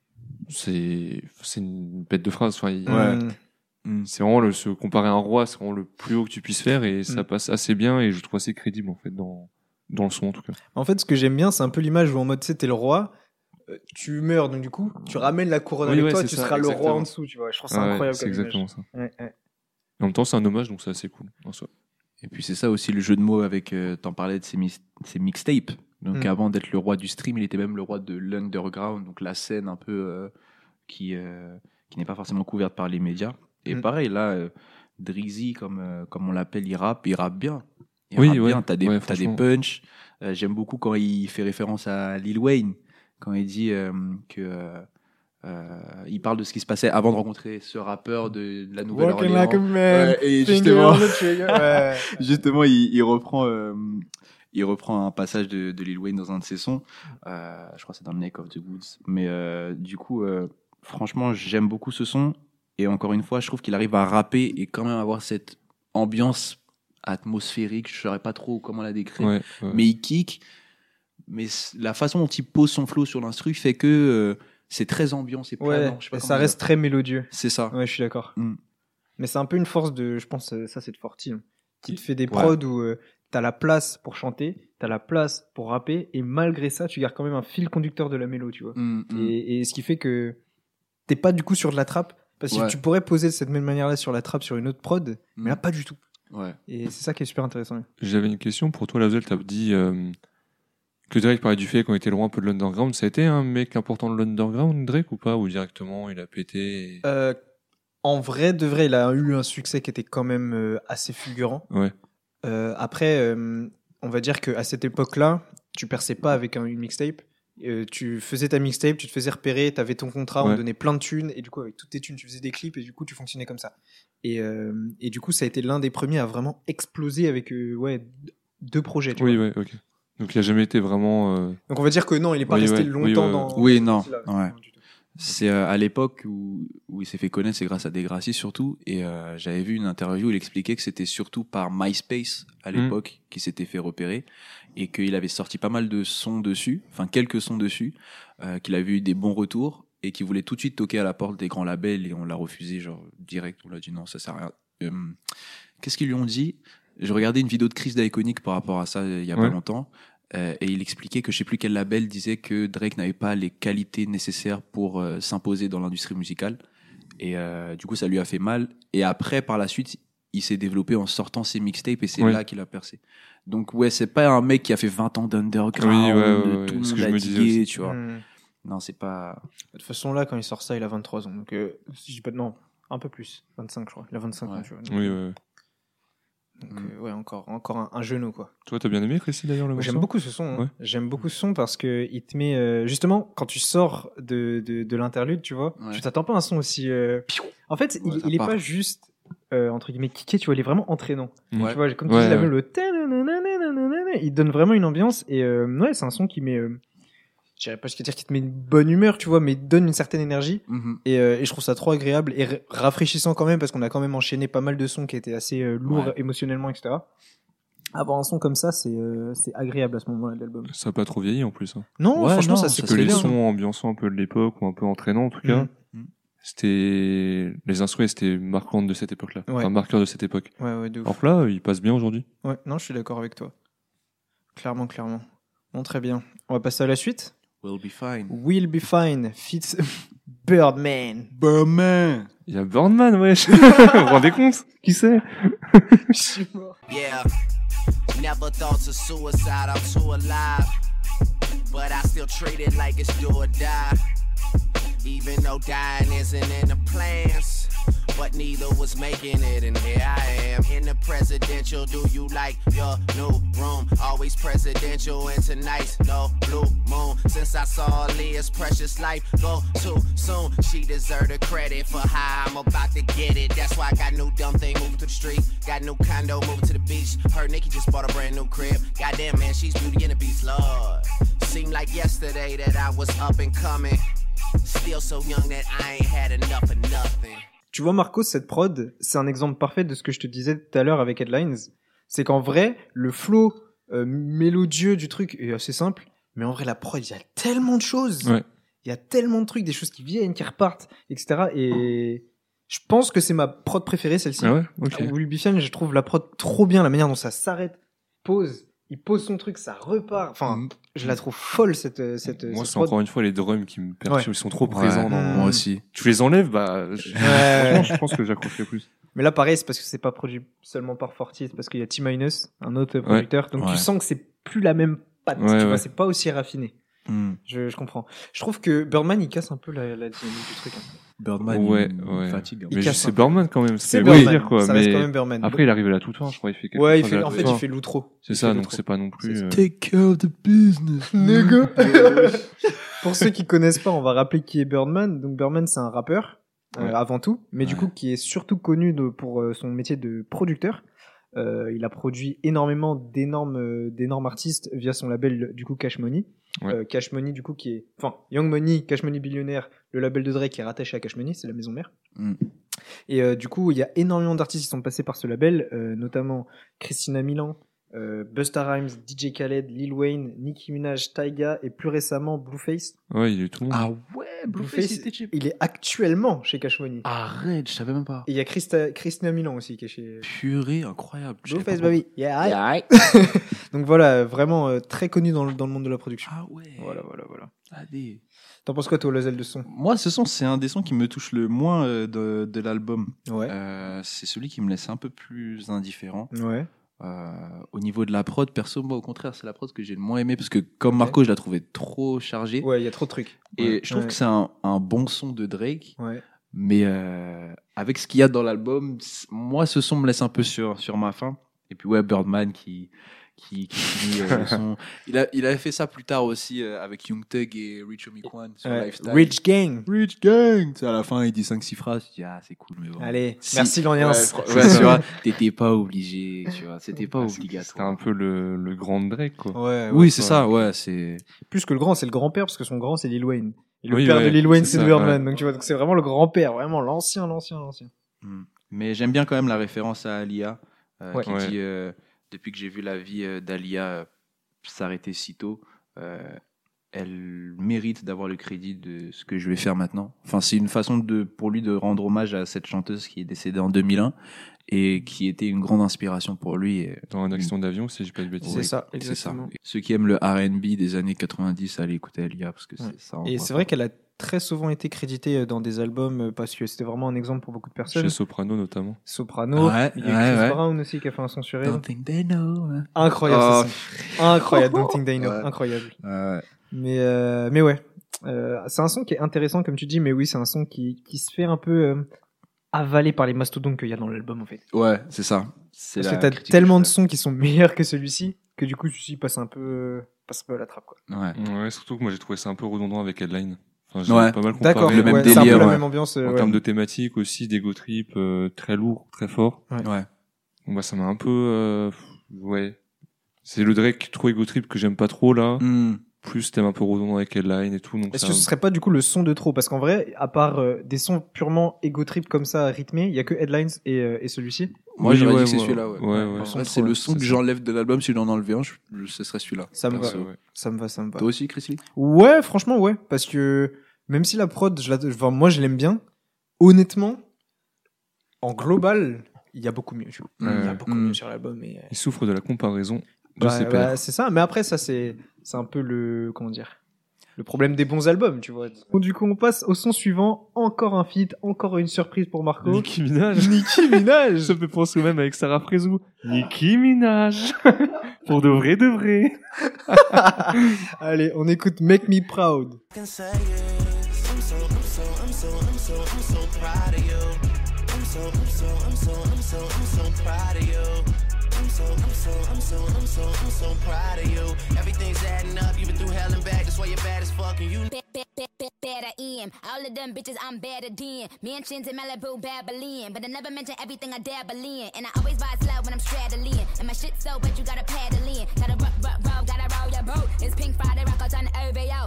C'est, c'est une bête de phrase. Enfin, il- Ouais. Mm. Mm. c'est vraiment le, se comparer à un roi, c'est vraiment le plus haut que tu puisses faire et ça Mm. passe assez bien et je trouve assez crédible en fait dans dans le son en tout cas. En fait, ce que j'aime bien, c'est un peu l'image où en mode, tu sais, t'es le roi, euh, tu meurs, donc du coup, tu ramènes la couronne Oui, avec ouais, toi, c'est tu ça, seras le roi exactement. en dessous, tu vois. Je trouve ça Ouais, incroyable c'est comme exactement image. ça. Ouais, ouais. Et en même temps, c'est un hommage, donc c'est assez cool en soi. Et puis c'est ça aussi le jeu de mots avec, euh, t'en parlais de ces, mis- ces mixtapes. Donc Mm. avant d'être le roi du stream, il était même le roi de l'underground, donc la scène un peu euh, qui, euh, qui n'est pas forcément couverte par les médias. Et Mm. pareil, là, euh, Drizzy, comme, euh, comme on l'appelle, il rappe, il rappe bien. Il Oui, rappe ouais. bien, t'as des, Ouais, t'as des franchement. punchs. Euh, j'aime beaucoup quand il fait référence à Lil Wayne, quand il dit euh, que... euh, euh, il parle de ce qui se passait avant de rencontrer ce rappeur de, de la Walking Nouvelle-Orléans. like a man, Ouais, et finger justement- on the trigger. Ouais. Justement, il, il reprend, euh, il reprend un passage de, de Lil Wayne dans un de ses sons. Euh, je crois que c'est dans le Neck of the Woods. Mais euh, du coup, euh, franchement, j'aime beaucoup ce son. Et encore une fois, je trouve qu'il arrive à rapper et quand même avoir cette ambiance atmosphérique. Je ne saurais pas trop comment la décrire. Ouais, ouais. Mais il kick. Mais c- la façon dont il pose son flow sur l'instru fait que euh, c'est très ambiant, c'est Ouais, planant. Je sais pas et comment ça dire. reste très mélodieux. C'est ça. Ouais, je suis d'accord. Mm. Mais c'est un peu une force de, je pense, euh, ça c'est de Forti, hein, qui te fait des Ouais. prods où euh, t'as la place pour chanter, t'as la place pour rapper, et malgré ça, tu gardes quand même un fil conducteur de la mélo, tu vois. Mm, mm. Et, et ce qui fait que t'es pas du coup sur de la trappe, parce que Ouais. tu pourrais poser de cette même manière-là sur la trappe sur une autre prod, Mm. mais là pas du tout. Ouais. Et c'est ça qui est super intéressant. J'avais une question pour toi, Lazel. T'as dit euh, que Drake parlait du fait qu'on était loin un peu de l'underground. Ça a été un mec important de l'underground, Drake, ou pas? Ou directement, il a pété et... Euh, en vrai, de vrai, il a eu un succès qui était quand même euh, assez fulgurant. Ouais. Euh, après, euh, on va dire qu'à cette époque-là, tu perçais pas avec un, une mixtape. Euh, tu faisais ta mixtape, tu te faisais repérer, tu avais ton contrat, on Ouais. te donnait plein de thunes, et du coup, avec toutes tes thunes, tu faisais des clips, et du coup, tu fonctionnais comme ça. Et, euh, et du coup, ça a été l'un des premiers à vraiment exploser avec euh, ouais, deux projets. Tu Oui, vois. ouais, ok. Donc il a jamais été vraiment. euh, Donc on va dire que non, il est pas Oui, resté ouais, longtemps oui, ouais, dans. Oui, dans non, ce style-là. ouais. Non, du tout. C'est euh, à l'époque où, où il s'est fait connaître, c'est grâce à Degrassi surtout. Et euh, j'avais vu une interview où il expliquait que c'était surtout par MySpace à l'époque qu'il s'était fait repérer et qu'il avait sorti pas mal de sons dessus, enfin quelques sons dessus, euh, qu'il avait eu des bons retours et qu'il voulait tout de suite toquer à la porte des grands labels et on l'a refusé, genre direct. On l'a dit non, ça sert à rien. Euh, Qu'est-ce qu'ils lui ont dit? Je regardais une vidéo de Chris d'Iconic par rapport à ça il y a Ouais. pas longtemps. Euh, et il expliquait que je sais plus quel label disait que Drake n'avait pas les qualités nécessaires pour euh, s'imposer dans l'industrie musicale. Et euh, du coup, ça lui a fait mal. Et après, par la suite, il s'est développé en sortant ses mixtapes et c'est Ouais. là qu'il a percé. Donc ouais, c'est pas un mec qui a fait vingt ans d'underground, Oui, ouais, ouais, ouais, tout le ce monde que je l'a me disais digué, aussi. tu vois. Hmm. Non, c'est pas... De toute façon, là, quand il sort ça, il a vingt-trois ans. Donc, euh, si je dis pas de non, un peu plus. vingt-cinq, je crois. Il a vingt-cinq Ouais. ans, tu vois. Donc, Oui, ouais, ouais. donc, Mm. euh, ouais, encore, encore un, un genou, quoi. Toi, t'as bien aimé Chrissy d'ailleurs le Moi, J'aime morceau beaucoup ce son. hein. Ouais. J'aime beaucoup ce son parce que il te met euh, justement quand tu sors de, de, de l'interlude, tu vois, Ouais. tu t'attends pas à un son aussi. euh, En fait, Ouais, il, ça il est part. pas juste euh, entre guillemets kické, tu vois, il est vraiment entraînant. Ouais. Tu vois, comme tu Ouais, dis, la ouais. même le ta-na-na-na-na-na-na-na, il donne vraiment une ambiance et euh, ouais, c'est un son qui met, euh, je dirais pas ce dire qui te met une bonne humeur, tu vois, mais il donne une certaine énergie. Mhm. Et, euh, et je trouve ça trop agréable et r- rafraîchissant quand même parce qu'on a quand même enchaîné pas mal de sons qui étaient assez euh, lourds Ouais. émotionnellement, et cetera. Avoir un son comme ça, c'est euh, c'est agréable à ce moment-là de l'album. Ça a pas trop vieilli en plus. Hein. Non, Ouais, franchement, non, ça ça c'est Que se fait les bien, sons ambiançants un peu de l'époque ou un peu entraînants en tout cas, Mhm. c'était les instruments c'était marquantes de cette époque-là, Ouais. enfin marqueurs de cette époque. Ouais, ouais, de ouf. Alors que là, il passe bien aujourd'hui. Ouais, non, je suis d'accord avec toi. Clairement, clairement. Bon, très bien. On va passer à la suite. We'll be fine. Will Be Fine, Fitz Birdman. Birdman. Il y a Birdman, wesh. Vous vous rendez compte? Qui c'est? Je suis mort. Yeah. Never thoughts of suicide, I'm too alive. But I still treat it like it's do or die. Even though dying isn't in the plans. But neither was making it, and here I am in the presidential. Do you like your new room? Always presidential, and tonight's no blue moon. Since I saw Leah's precious life go too soon, she deserved the credit for how I'm about to get it. That's why I got new dumb thing moving to the street. Got new condo moving to the beach. Heard Nikki just bought a brand new crib. Goddamn, man, she's Beauty and the Beast, Lord. Seemed like yesterday that I was up and coming. Still so young that I ain't had enough of nothing. Tu tu vois, Marcos, cette prod, c'est un exemple parfait de ce que je te disais tout à l'heure avec Headlines. C'est qu'en vrai, le flow euh, mélodieux du truc est assez simple, mais en vrai, la prod, il y a tellement de choses. Ouais. Il y a tellement de trucs, des choses qui viennent, qui repartent, et cetera. Et je pense que c'est ma prod préférée, celle-ci. Ah ouais, ok. Will Be Fine, je trouve la prod trop bien, la manière dont ça s'arrête, pose, il pose son truc, ça repart. Enfin, je la trouve folle, cette, cette, Moi, cette c'est prod. encore une fois les drums qui me perturbent, Ouais. ils sont trop Ouais, présents. dans- moi aussi. Tu les enlèves, bah, je- franchement, je pense que j'accrocherais plus. Mais là, pareil, c'est parce que c'est pas produit seulement par Forty, c'est parce qu'il y a T-Minus, un autre producteur. Donc Ouais. tu sens que c'est plus la même patte, Ouais, tu ouais. vois, c'est pas aussi raffiné. Hmm. Je, je comprends. Je trouve que Birdman, il casse un peu la, la dynamique du truc. hein. Birdman, Ouais, il me ouais. fatigue. Il Mais casse c'est un peu. Birdman quand même, C'est c'est Birdman, dire quoi. ça reste Mais quand même Birdman. après, il arrive à la toute fin, je crois. Il fait quelque ouais, il chose fait, à la en fait, toute il fin. fait l'outro. C'est Il ça, fait donc l'outro. c'est pas non plus. C'est ça. euh, Take care of the business. Nigga. Pour ceux qui connaissent pas, on va rappeler qui est Birdman. Donc Birdman, c'est un rappeur euh, Ouais. avant tout, mais du Ouais. coup qui est surtout connu de- pour euh, son métier de producteur. Euh, il a produit énormément d'énormes euh, d'énormes artistes via son label du coup Cash Money. Ouais. Euh, Cash Money du coup qui est, enfin Young Money, Cash Money Billionaire, le label de Drake qui est rattaché à Cash Money, c'est la maison mère. Mm. Et euh, du coup il y a énormément d'artistes qui sont passés par ce label, euh, notamment Christina Milian, euh, Busta Rhymes, D J Khaled, Lil Wayne, Nicki Minaj, Tyga et plus récemment Blueface. Ouais, il est tout le monde. Ah ouais, Blueface, Blueface, il était cheap. il est actuellement chez Cash Money. Arrête, je savais même pas. Et il y a Christa, Christina Milian aussi qui est chez Purée, incroyable. Je savais Blueface pas baby. Yeah, pourquoi. aïe. Donc voilà, vraiment euh, très connu dans le, dans le monde de la production. Ah ouais. Voilà, voilà, voilà. Allez. T'en penses quoi toi, Lazel de son? Moi, ce son, c'est un des sons qui me touche le moins euh, de, de l'album. Ouais. Euh, c'est celui qui me laisse un peu plus indifférent. Ouais. Euh, au niveau de la prod, perso, moi, au contraire, c'est la prod que j'ai le moins aimé parce que, comme Marco, je la trouvais trop chargée. Ouais, il y a trop de trucs. Et Ouais. je trouve Ouais. que c'est un, un bon son de Drake. Ouais. Mais euh, avec ce qu'il y a dans l'album, c- moi, ce son me laisse un peu sur, sur ma faim. Et puis, ouais, Birdman qui, qui, qui finit euh, le son. Il, a, il avait fait ça plus tard aussi euh, avec Young Thug et Rich Homie Quan sur Ouais. Lifestyle. Rich Gang. Rich Gang. Tu sais, à la fin, il dit cinq six phrases. Je dis, ah, c'est cool, mais bon. Allez, Si. merci Lorient. Ouais, fr- ouais, tu vois, t'étais pas obligé, tu vois, c'était pas C'était obligatoire. un peu le, le grand Drake, quoi. Ouais, Oui, ouais. c'est ça, ouais, c'est. Plus que le grand, c'est le grand-père parce que son grand c'est Lil Wayne. Et le Oui, père ouais, de Lil Wayne c'est c'est ça, Birdman. ouais. Donc tu vois, donc c'est vraiment le grand-père, vraiment l'ancien, l'ancien, l'ancien. Hmm. Mais j'aime bien quand même la référence à Alia, euh, Ouais. qui Ouais. dit euh, depuis que j'ai vu la vie euh, d'Alia euh, s'arrêter si tôt, euh, elle mérite d'avoir le crédit de ce que je vais faire maintenant. Enfin, c'est une façon de, pour lui de rendre hommage à cette chanteuse qui est décédée en deux mille un et qui était une grande inspiration pour lui. Et, Dans un accident d'avion, si j'ai pas de bêtises. C'est ça, c'est ça. exactement. Ceux qui aiment le R and B des années quatre-vingt-dix, allez écouter Alia parce que c'est Ouais. ça. Et c'est vrai qu'elle a très souvent été créditée dans des albums euh, parce que c'était vraiment un exemple pour beaucoup de personnes. Chez Soprano, notamment. Soprano, Ouais, il y a ouais, Chris ouais. Brown aussi qui a fait un son sur elle. Don't think they know. hein. Incroyable, Oh. ce son. Incroyable, Don't Think They Know. Ouais. Incroyable. Ouais. Mais, euh, mais ouais. Euh, c'est un son qui est intéressant, comme tu dis, mais oui, c'est un son qui, qui se fait un peu euh, avaler par les mastodontes qu'il y a dans l'album, en fait. Ouais, c'est ça. C'est Parce la que t'as critique que tellement je de sons qui sont meilleurs que celui-ci, que du coup, celui-ci passe un peu, euh, passe un peu à la trappe, quoi. fais. Ouais. Ouais, surtout que moi j'ai trouvé ça un peu redondant avec Headline. Enfin, j'ai Ouais. pas mal comparé. D'accord, le même ouais, c'est un délire, peu la ouais. même ambiance. euh, En ouais. termes de thématique aussi, d'ego trip, euh, très lourd, très fort. Ouais. Bon, bah, ça m'a un peu, euh, ouais. C'est le Drake trop ego trip que j'aime pas trop, là. Hmm. Plus thème un peu redondant avec Headline et tout. Donc Est-ce ça- que ce serait pas du coup le son de trop? Parce qu'en vrai, à part euh, des sons purement ego trip comme ça, rythmés, il y a que Headlines et, euh, et celui-ci. Moi, Oui, j'aurais ouais, dit que c'est ouais. celui-là. Ouais. Ouais, ouais. En Ouais, vrai, c'est le son c'est que ça. j'enlève de l'album. Si j'en enlevais un, je, je- ce serait celui-là. Ça me va. Perso. Ouais, ouais. Ça me va, ça me va. Toi aussi, Chris Lee Ouais, franchement, ouais. Parce que même si la prod, je la, enfin, moi, je l'aime bien, honnêtement, en global, il y a beaucoup mieux. Tu vois. Il y a Ouais. beaucoup Mm. mieux sur l'album. Et, euh, Il souffre de la comparaison de bah, ses bah, pairs. c'est ça. Mais après, ça, c'est, c'est un peu le, comment dire, le problème des bons albums, tu vois. Bon, du coup, on passe au son suivant. Encore un feat, encore une surprise pour Marco. Nicki Minaj. Nicki Minaj. Ça me fait penser même avec Sarah Frézou. Nicki Minaj. Pour de vrai, de vrai. Allez, on écoute Make Me Proud. can say is I'm so, I'm so, I'm so, I'm so, I'm so proud of you. I'm so, I'm so, I'm so, I'm so, I'm so proud of you. I'm so, I'm so, I'm so, I'm so, I'm so proud of you. Everything's adding up. You've been through hell and back. That's why you're bad as fuck. And you Be- be- be- be- better in. All of them bitches, I'm better than. Mansions in Malibu, Babylon. But I never mention everything I dabble in. And I always ride slow when I'm straddling. And my shit so wet, you gotta paddle in. Gotta rock, rock, roll, gotta roll your boat. It's Pink Friday, rock out on the O V O.